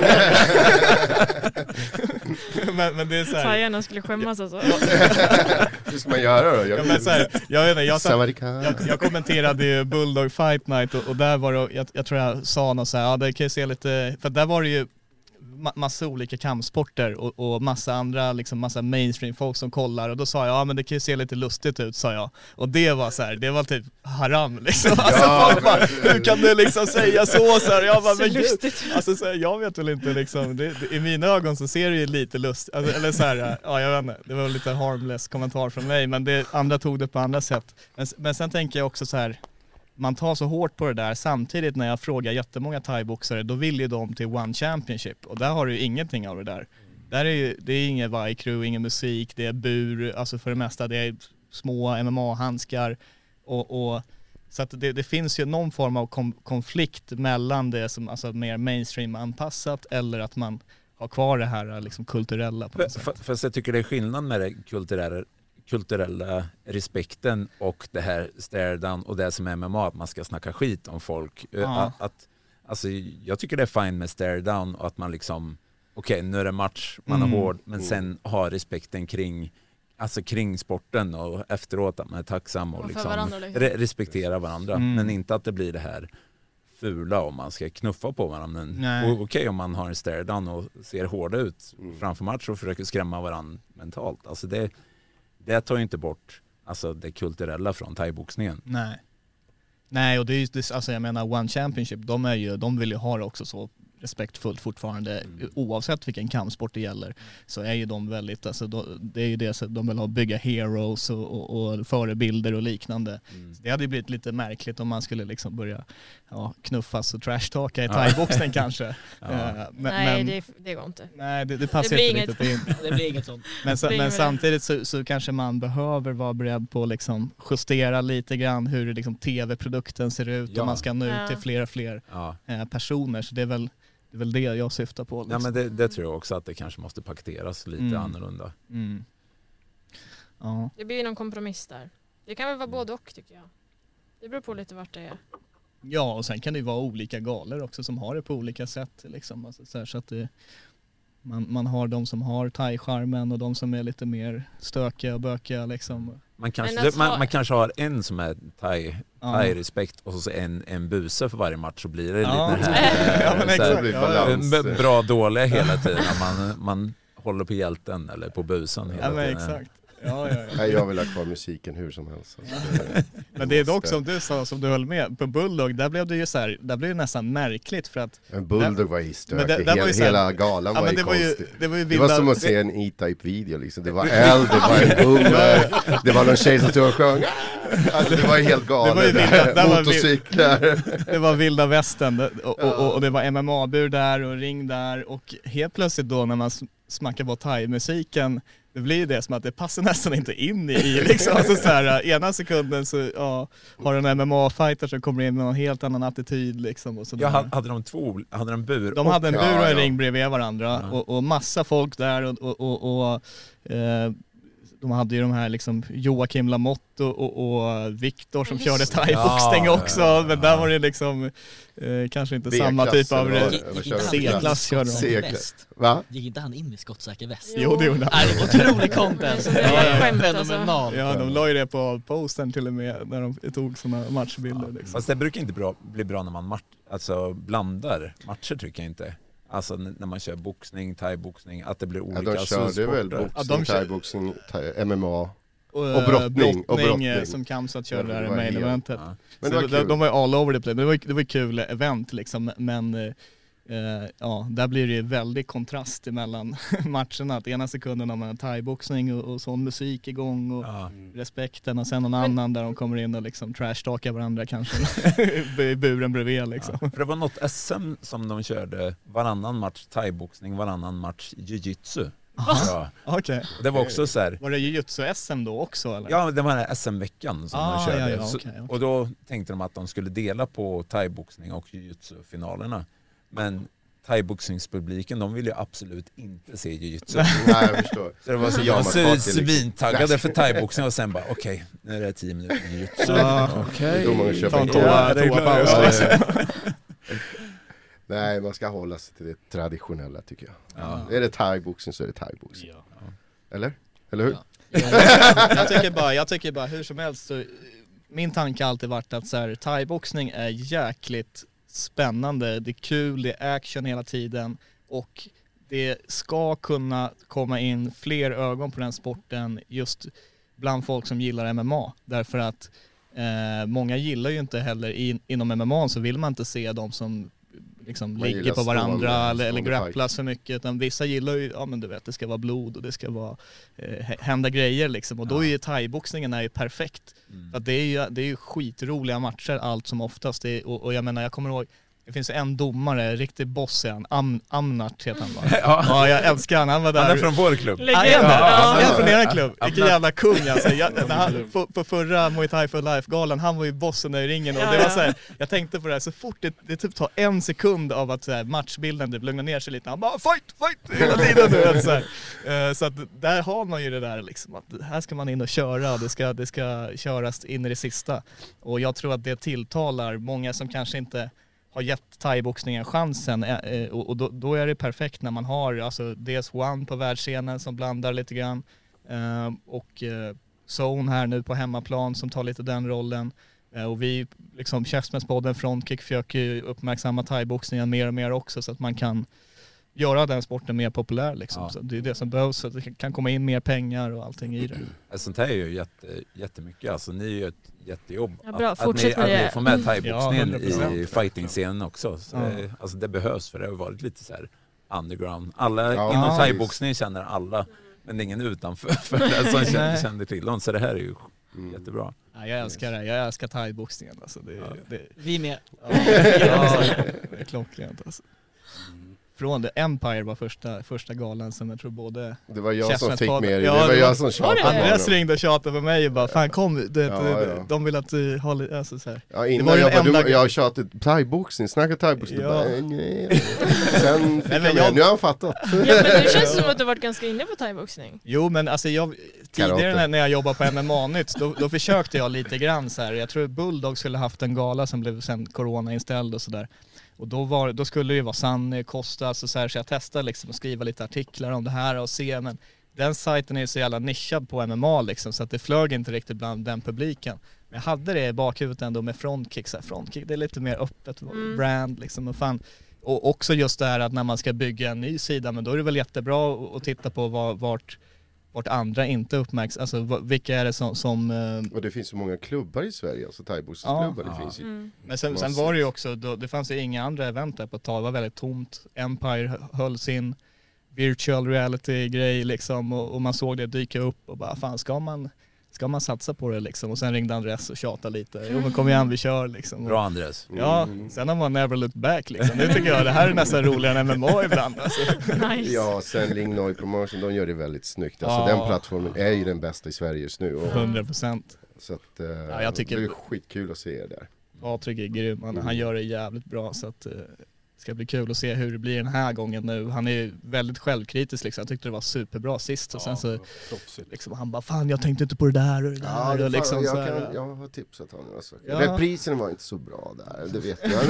men, men det är så här, Thaierna skulle skämmas alltså. Hur ska man göra då? Jag, ja, men så här, jag vet inte, jag satt, Samarika. jag, jag kommenterade ju Bulldog Fight Night och, och där var det, jag, jag tror jag sa något så här, ja det kan ju se lite, för där var det ju ma- massa olika kampsporter och, och massa andra, liksom massa mainstream folk som kollar och då sa jag, ja men det kan ju se lite lustigt ut, sa jag. Och det var så här, det var typ haram liksom. Alltså Ja, folk bara, hur kan du liksom säga så? Så här, jag bara, Så men gud. lustigt. Alltså så här, jag vet väl inte liksom, det, det, i mina ögon så ser det ju lite lust, alltså, eller så här, ja jag vet inte, det var lite harmless kommentar från mig, men det, andra tog det på andra sätt. Men, men sen tänker jag också så här, man tar så hårt på det där, samtidigt när jag frågar jättemånga thaiboxare, då vill ju de till One Championship och där har du ju ingenting av det där. Där är ju, det är ingen Y-crew, ingen musik, det är bur, alltså för det mesta det är små M M A-handskar och, och så att det, det finns ju någon form av kom, konflikt mellan det som alltså mer mainstream-anpassat eller att man har kvar det här liksom kulturella på något För, sätt. för, för jag tycker det är skillnad med det kulturella, kulturella respekten och det här stare down och det som är M M A, att man ska snacka skit om folk. Ja. Att, att, alltså, jag tycker det är fine med stare down och att man liksom, okej okay, nu är det match, man Mm. är hård, men sen har respekten kring alltså kring sporten och efteråt att man är tacksam och, Och för liksom varandra, liksom. re- respektera varandra. Mm. Men inte att det blir det här fula om man ska knuffa på varandra. Men Nej. okej okay, om man har en stare down och ser hård ut Mm. framför match och försöker skrämma varandra mentalt. Alltså det, det tar ju inte bort alltså det kulturella från thaiboxningen. Nej. Nej, och det är ju, det, alltså jag menar One Championship, de, är ju, de vill ju ha det också så respektfullt fortfarande, Mm. oavsett vilken kampsport det gäller, så är ju de väldigt, alltså då, det är ju det så de vill ha, bygga heroes och, och, och förebilder och liknande. Mm. Så det hade ju blivit lite märkligt om man skulle liksom börja ja, knuffas och trashtalka i thaiboxning kanske. Ja. Eh, men, Nej, men, det, det går inte. nej det, det passar Det blir inte inget. riktigt in. Det blir inget sånt. Men, sa, Det är men inget med samtidigt så, så kanske man behöver vara beredd på att liksom justera lite grann hur liksom tv-produkten ser ut Ja. och man ska nå Ja. ut till fler och fler Ja. eh, personer. Så det är, väl, det är väl det jag syftar på. Liksom. Ja, men det, det tror jag också att det kanske måste paketeras lite Mm. annorlunda. mm. Ja. Det blir ju någon kompromiss där. Det kan väl vara både och tycker jag. Det beror på lite vart det är. Ja, och sen kan det ju vara olika galor också som har det på olika sätt. Liksom. Alltså, så här, så att det, man, man har de som har thai-charmen och de som är lite mer stökiga och bökiga. Liksom. Man kanske, alltså, man, man kanske har en som är thai, Ja. thai-respekt och så en, en buse för varje match, så blir det Ja. lite här, Ja, men så här, exakt. Det blir Ja, balans. b- bra dåliga hela tiden. Man, man håller på hjälten eller på busen hela Ja, men tiden. exakt. Ja, ja, ja. Nej, jag vill ha kvar musiken hur som helst. Alltså, det, Men det är dock måste. som du sa, som du höll med, på Bulldog, där blev det ju så här, där blev det nästan märkligt för att En Bulldog var ju Men det- stökig, det var ju hela, så här- hela galan ja, var men ju det var ju, konstig. det var ju Det vilda, var som att se en E-Type-video liksom. Det var eld, det var en hummer, det var någon tjej som stod och sjöng. Alltså det var ju helt galet. Det var ju vilda- där var vi- Motorcyklar. det var vilda västern och, och, och, och det var M M A-bur där och ring där och helt plötsligt då när man s- smackar på thai-musiken, det blir ju det som att det passar nästan inte in i liksom. Alltså så här, ena sekunden så ja, har en M M A-fighter som kommer in med en helt annan attityd liksom och sådär. Ja, hade hade de två, hade de bur? De och- hade en Ja, bur och en ja. ring bredvid varandra Ja. och, och massa folk där och, och, och, och eh, de hade ju de här liksom Joakim Lamotte och, och, och Viktor som Just körde det. thai-boxning Ja, också, ja, ja. men där var det liksom eh, kanske inte samma B-klass, typ av eller vad- Gick- eller gick körde inte de? han C-klass körde de. C-klass. Väst? Va? Gick inte han in med skottsäker väst? Jo, det gjorde han. Nej, otrolig content. Så det är ett skämt, alltså. Fenomenal. Ja, de la ju det på posten till och med när de tog såna matchbilder liksom. Fast det brukar inte bra, bli bra när man match, alltså blandar matcher, tycker jag inte. Alltså n- när man kör boxning, thai-boxning, att det blir Ja, olika de körde väl sporter. Ja, de boxning, kör- thai-boxning, thai- M M A. Och, och brottning, och brottning, brottning. eh, som Kamsat körde Ja, där det i var main helt- eventet. Ja. Men Så det var de, kul. de var ju all over the place, men det var, det var ett kul event liksom, men eh, eh, ja, där blir det ju väldigt kontrast emellan matcherna. Att ena sekunden har man thai-boxning och, och sån musik igång och Ja. respekten och sen någon annan där de kommer in och liksom trashtalkar varandra kanske i buren bredvid liksom. Ja. För det var något S M som de körde varannan match thai-boxning, varannan match jiu-jitsu. Ja. Okej. Och det var också så här, Var det jujutsu-S M då också eller? ja, det var den här S M-veckan som Ah, de körde. ja, ja, Så- okej, okej. Och då tänkte de att de skulle dela på thai-boxning och jiu-jitsu-finalerna. Men thai-boxningspubliken, de ville ju absolut inte se jiu-jitsu. Nej, jag förstår. Så det var så, Ja, de man var tar så till liksom- svintaggade för thai-boxning och sen bara okej, nu är det tio minuter jiu-jitsu. Ja. Okej. Då man köper Ta en en toa, Ja, det är toapaus klart. liksom. Nej, man ska hålla sig till det traditionella tycker jag. Ja. Är det thai-boxning så är det thai-boxning. Ja. Eller? Eller hur? Ja. jag, tycker bara, jag tycker bara hur som helst så, min tanke har alltid varit att så här, thai-boxning är jäkligt spännande, det är kul, det är action hela tiden och det ska kunna komma in fler ögon på den sporten just bland folk som gillar M M A, därför att eh, många gillar ju inte heller in, inom M M A så vill man inte se de som liksom Man ligger gillar på varandra stående- eller, eller stående grapplas för mycket, utan vissa gillar ju, ja men du vet, det ska vara blod och det ska vara eh, hända grejer liksom, och då är ju thai-boxningen är ju perfekt. Mm. För att det är ju, det är ju skitroliga matcher allt som oftast, det är, och, och jag menar jag kommer ihåg, det finns en domare, riktig boss är han, Am, Amnart heter han va? Ja. Ja, jag älskar han, han var där. Han är från vår klubb. Ja, är han det? Ja. Är han från er klubb? Ja. Vilken jävla kung alltså. Jag, när han, på, på förra Muay Thai for Life-galan, han var ju bossen där i ringen och Ja, det var ja. så här, jag tänkte på det här, så fort det, det typ tar en sekund av att så här, matchbilden det lugnar ner sig lite, han bara fight, fight hela tiden. Du vet, så här. Eh, så att där har man ju det där liksom, att här ska man in och köra och det ska, det ska köras in i det sista. Och jag tror att det tilltalar många som kanske inte har gett thai-boxningen chansen eh, och, och då, då är det perfekt när man har alltså dels One på världsscenen som blandar lite grann eh, och eh, Zone här nu på hemmaplan som tar lite den rollen eh, och vi liksom Käftsmällspodden Frontkick försöker ju uppmärksamma thai-boxningen mer och mer också så att man kan göra den sporten mer populär liksom. Ja. Så det är det som behövs så att det kan komma in mer pengar och allting i det. Sånt här är ju jätte, jättemycket, alltså ni gör ett jättejobb. Ja, bra. Att, att, Fortsätt ni, med att det. ni får med Ja, thai-boxningen hundra procent. i fighting-scenen också. Så Ja. det, alltså det behövs, för det har varit lite så här underground. Alla Ja, inom ja. thai-boxning känner alla, men det är ingen utanför för den som känner, Nej. känner till dem. Så det här är ju Mm. jättebra. Ja, jag älskar det, jag älskar thai-boxningen alltså. Det, Ja. det, Vi med. ja, det är klockrent alltså. från det. Empire var första, första galan som jag tror både... Det var jag som Chessman's fick Pod- med det, Ja, det var det jag var- som tjatade på Andreas honom. ringde och tjatade på mig och bara, fan kom, det, Ja, det, ja. de vill att du håller, alltså så här. Ja, Det innan var ju jag, den bara, enda- du, jag tjatade thaiboxning, snacka thaiboxning, Ja. bara, äh, nej. Sen fick Nej, jag men med, jag- nu har han fattat. Ja, men det känns som att du varit ganska inne på thaiboxning. Jo men alltså jag, tidigare Karate. när, när jag jobbade på M M A-nytt, då, då försökte jag lite grann så här. Jag tror Bulldog skulle haft en gala som blev sen corona inställd och sådär. Och då, var, då skulle det ju vara Sanne, Costa, alltså så, här, så jag testade liksom att skriva lite artiklar om det här och se, men den sajten är ju så jävla nischad på M M A liksom, så att det flög inte riktigt bland den publiken. Men jag hade det i bakhuvudet ändå med frontkick, så här, frontkick, det är lite mer öppet Mm. brand liksom, och fan. Och också just det här att när man ska bygga en ny sida, men då är det väl jättebra att- att titta på var, vart, vart andra inte uppmärksamma, alltså v- vilka är det som, som eh, Och det finns så många klubbar i Sverige, alltså thaiboxningsklubbar, Ja. det finns ju. Mm. men sen, sen var det ju också, då, det fanns ju inga andra event där på ett tag, det var väldigt tomt. Empire höll sin virtual reality-grej liksom, och, och man såg det dyka upp och bara, fan ska man, ska man satsa på det liksom? Och sen ringde Andreas och tjatade lite, jo men kom igen vi kör liksom. Bra Andres. Ja, sen har man never looked back liksom. Nu tycker jag det här är nästan roligare än M M A ibland alltså. Nice. Ja, sen Lingnoi Promotion, de gör det väldigt snyggt. Alltså Ja. den plattformen är ju den bästa i Sverige just nu. Och, hundra procent. så att, eh, jag tycker- det är skitkul att se er där. Patrik är grym, han, han gör det jävligt bra, så att eh, det ska bli kul att se hur det blir den här gången nu. Han är ju väldigt självkritisk liksom, jag tyckte det var superbra sist och sen så proffsigt. liksom, han bara, fan jag tänkte inte på det där och det där Ja, det och liksom fan, så jag, här, kan, jag har tipsat honom. Alltså. Ja. Reprisen var inte så bra där, det vet jag.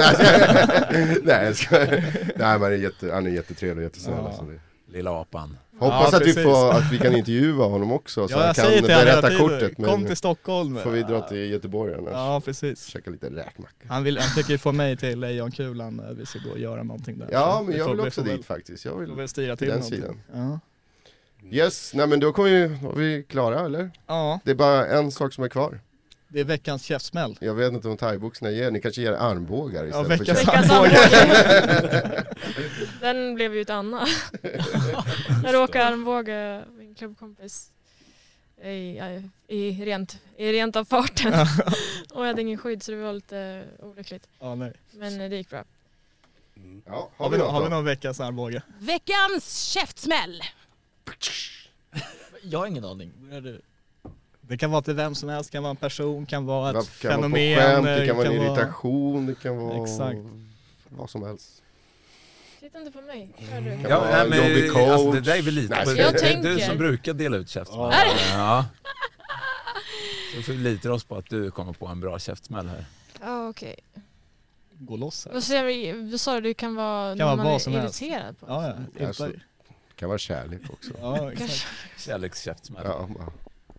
Nej, nej, jag ska, nej men han är, jätte, han är jättetrevlig och jättesnäll. Ja. Alltså. Det- Lilla apan. Hoppas Ja, att, vi precis. får, att vi kan intervjua honom också, så Ja, han jag kan säger till honom hela berätta tiden, kortet. kom Men till Stockholm. får vi dra till Göteborg annars. Ja, precis. Käka lite räkmacka. Han, vill, han tycker ju få mig till Lejonkulan när vi ska gå och göra någonting där. Ja, Så men vi jag får- vill vi också får väl- dit faktiskt. Jag vi vill får väl styra till till den någonting. sidan. Ja. Yes, nej men då kommer vi, då är vi klara eller? Ja, Det är bara en sak som är kvar. det är veckans käftsmäll. Jag vet inte om thaiboxarna ger, ni kanske ger armbågar Ja, istället veckans för Veckans armbåge. Den blev ju ett Anna. Jag råkade armbåga min klubbkompis i, i, i, rent, i rent av farten. Och jag hade ingen skydd så det var lite olyckligt. Ja, nej. Men eh, det gick bra. Ja, Har vi, något någon, har vi då? någon veckans armbåge? Veckans käftsmäll! Jag har ingen aning. Börjar du? Det kan vara till vem som helst, kan vara en person, kan vara Det ett kan vara på fenomen. skämt, eh, det kan vara en irritation, det kan vara Exakt. vad som helst. Titta inte på mig. Gör du? Kan Ja, vara nej, en men, jobbig coach. alltså, det där är väl lite Nej, på, jag det är du tänker- som brukar dela ut käftsmäll. Ja. Ja. Så får vi lita oss på att du kommer på en bra käftsmäll här. Ja, okej. Gå loss här. Vad säger vi? Vad sa du? Det kan vara Kan någon vara man vad är som helst. irriterad på. Ja, ja. Inte, Alltså, Det kan vara kärlek också. ja, exakt. Kanske. Kärlekskäftsmäll. Ja, ja.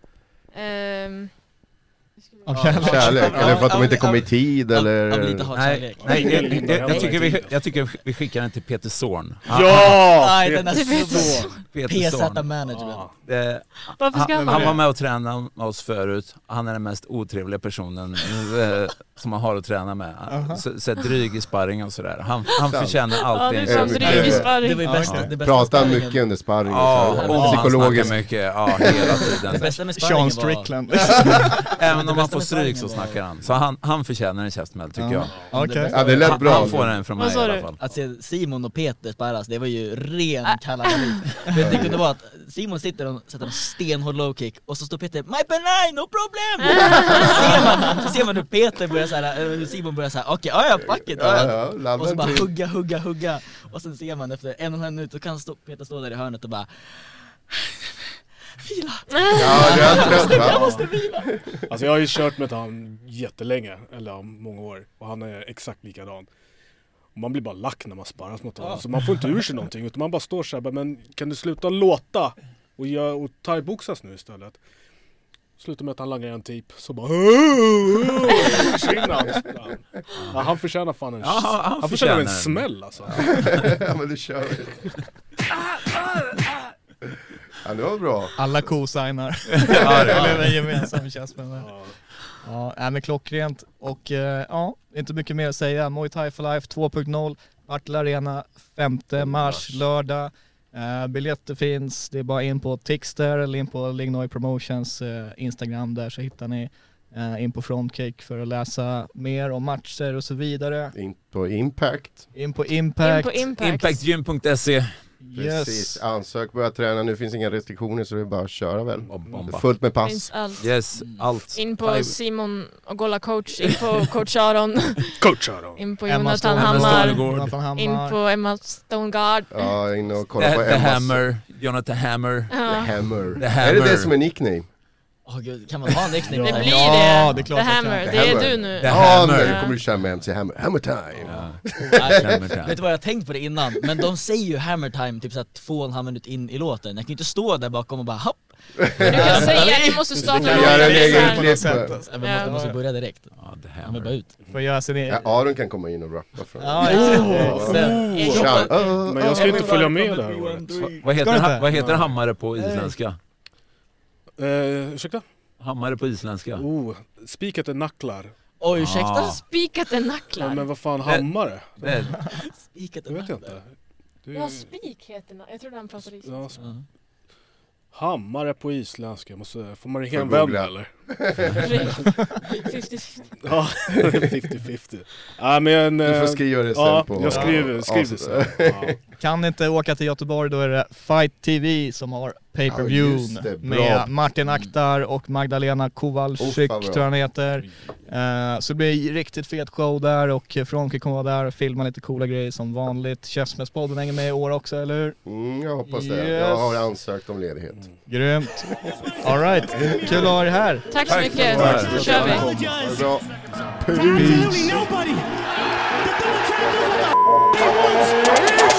Ehm, Av Ja, kärlek. Kärlek, Ja, eller för att de ja, inte ja, kom i tid Av, eller... av lite Nej, hatkärlek. nej jag, Linda jag, jag, Hemma tycker i vi, tiden. jag tycker vi skickar den till Han- Peter Zorn. Han- Ja! Nej, den där Peter snubben. Peter P Zorn. Z Management. Ja. Eh, varför ska han han, han vara var det? med och tränade med oss förut. Han är den mest otrevliga personen eh, som man har att träna med. Aha. Så, så dryg i sparring och sådär. Han, han Sant. förtjänar Ja, alltid du en är som Eh, dryg i eh, Det sparring. var ju Ja, bästa, okej. det bästa Pratar han sparringen. mycket under sparring? Ja, så här, och han snackar psykologiskt. mycket. Ja, hela Det tiden. bästa med Sean sparringen var... Strickland. Även om Det man bästa får med stryk sparringen så var- snackar han. Så han, han förtjänar en käftsmäll tycker jag. Okej. Ja, det lät Han, bra. han får en från Vad mig i sa alla du? fall. Att se Simon och Peter sparras, det var ju ren kalabalik. Det kunde vara att Simon sitter och sätter en stenhård low kick och så står Peter My penai, no problem! så, ser man, så ser man hur Peter börjar såhär, hur Simon börjar såhär, okej, okay, ja fuck it, Ja, ja, ja, ladda och så en bara till. hugga, hugga, hugga. Och sen ser man efter en och en halv minut, då kan stå, Peter stå där i hörnet och bara vila. Ja, det är trött, Jag va? måste vila. Alltså jag har ju kört med han jättelänge, eller ja, många år. Och han är exakt likadan. Och man blir bara lack när man sparras mot honom. Så man får inte ur sig någonting. Utan man bara står så här, bara, men kan du sluta låta? Och, gör, och thaiboxas nu istället. Slutar med att han langar en tip. Så bara... försvinner han. Ja, han förtjänar fan en... Ja, han- han han förtjänar en förtjänar en- smäll alltså. Ja, men det kör vi. Ja, det var bra. Alla co-signar. Ja, Det ja. blev en gemensam käftsmäll. Ja. Ja, är med klockrent. Och eh, ja, inte mycket mer att säga. Muay Thai for Life två punkt noll. Partille Arena femte mars, lördag. Eh, biljetter finns. Det är bara in på Tixter eller in på Lingnoi Promotions eh, Instagram där så hittar ni Uh, in på Frontcake för att läsa mer om matcher och så vidare. In på Impact. In på Impact. In på Impact. impact gym punkt se. Yes. Precis, ansök, börja träna. Nu finns inga restriktioner så det är bara att köra väl. Bomba. Fullt med pass. Finns allt. Yes, allt. In på Simon och Golla coach, in på coach Aron, Coach Aron. in på Emma Jonathan Stone- Hammar, Jonathan Hammar. in på Emma Stonegard. Ja, in och kolla The, på the Emmas- Hammer, Jonathan Hammer. The Ja. Hammer. The Är det det Hammer. som är nickname? Åh gud, kan man ha en nickname? Det där? blir Ja, det. det är klart The man kan. Hammer, The det är Hammer. du nu. The Ja, Hammer. nu kommer du köra med M C Hammer. Hammer time. Ja. Nej, Hammer time. vet du vad jag har tänkt på det innan? Men de säger ju hammer time typ såhär två och en halv minut in i låten. Jag kan ju inte stå där bakom och bara hopp. Du kan säga, ni måste starta Du kan göra en egen låten. klipp. Jag måste, måste börja direkt. Ja, the Han vill bara Hammer. ut. Får göra sin Ja, Aron kan komma in och rappa från. Ja, exakt. Oh. Ja. Tja- Men jag ska inte följa med det här året. Va- Vad heter, Ska du ha, inte? vad heter hammare på isländska? Eh, ursäkta? Hammare på isländska. Oh, spik heter nacklar. Oj, ursäkta? Ah. Spikat en Ja, nacklar. men vad fan, hammare? Det är, Spikat Det vet jag inte. Det är- Ja, spik heter na- jag tror han pratar i. Ja, sp- Ja. hammare på isländska. Måste, får man ringa Får en vän googla. eller? femtio Ja, femtio femtio. Ja, men, Du får eh, skriva det sen ja, på... jag skriver, skriver sen. Ja. Kan inte åka till Göteborg, då är det Fight T V som har pay-per-view Ja, just det, bra. med Martin Akhtar och Magdalena Kowalczyk, Oh, fan bra. tror jag han heter. Eh, så det blir en riktigt fet show där och Fronke kommer vara där och filma lite coola grejer som vanligt. Käftsmällspodden hänger med i år också, eller hur? Mm, jag hoppas det. Yes. Jag har ansökt om ledighet. Grymt. All right, kul att ha er här. Tack så mycket, Tack. då kör vi. Ha det bra. To absolutely nobody. The double champ does what the f- he wants.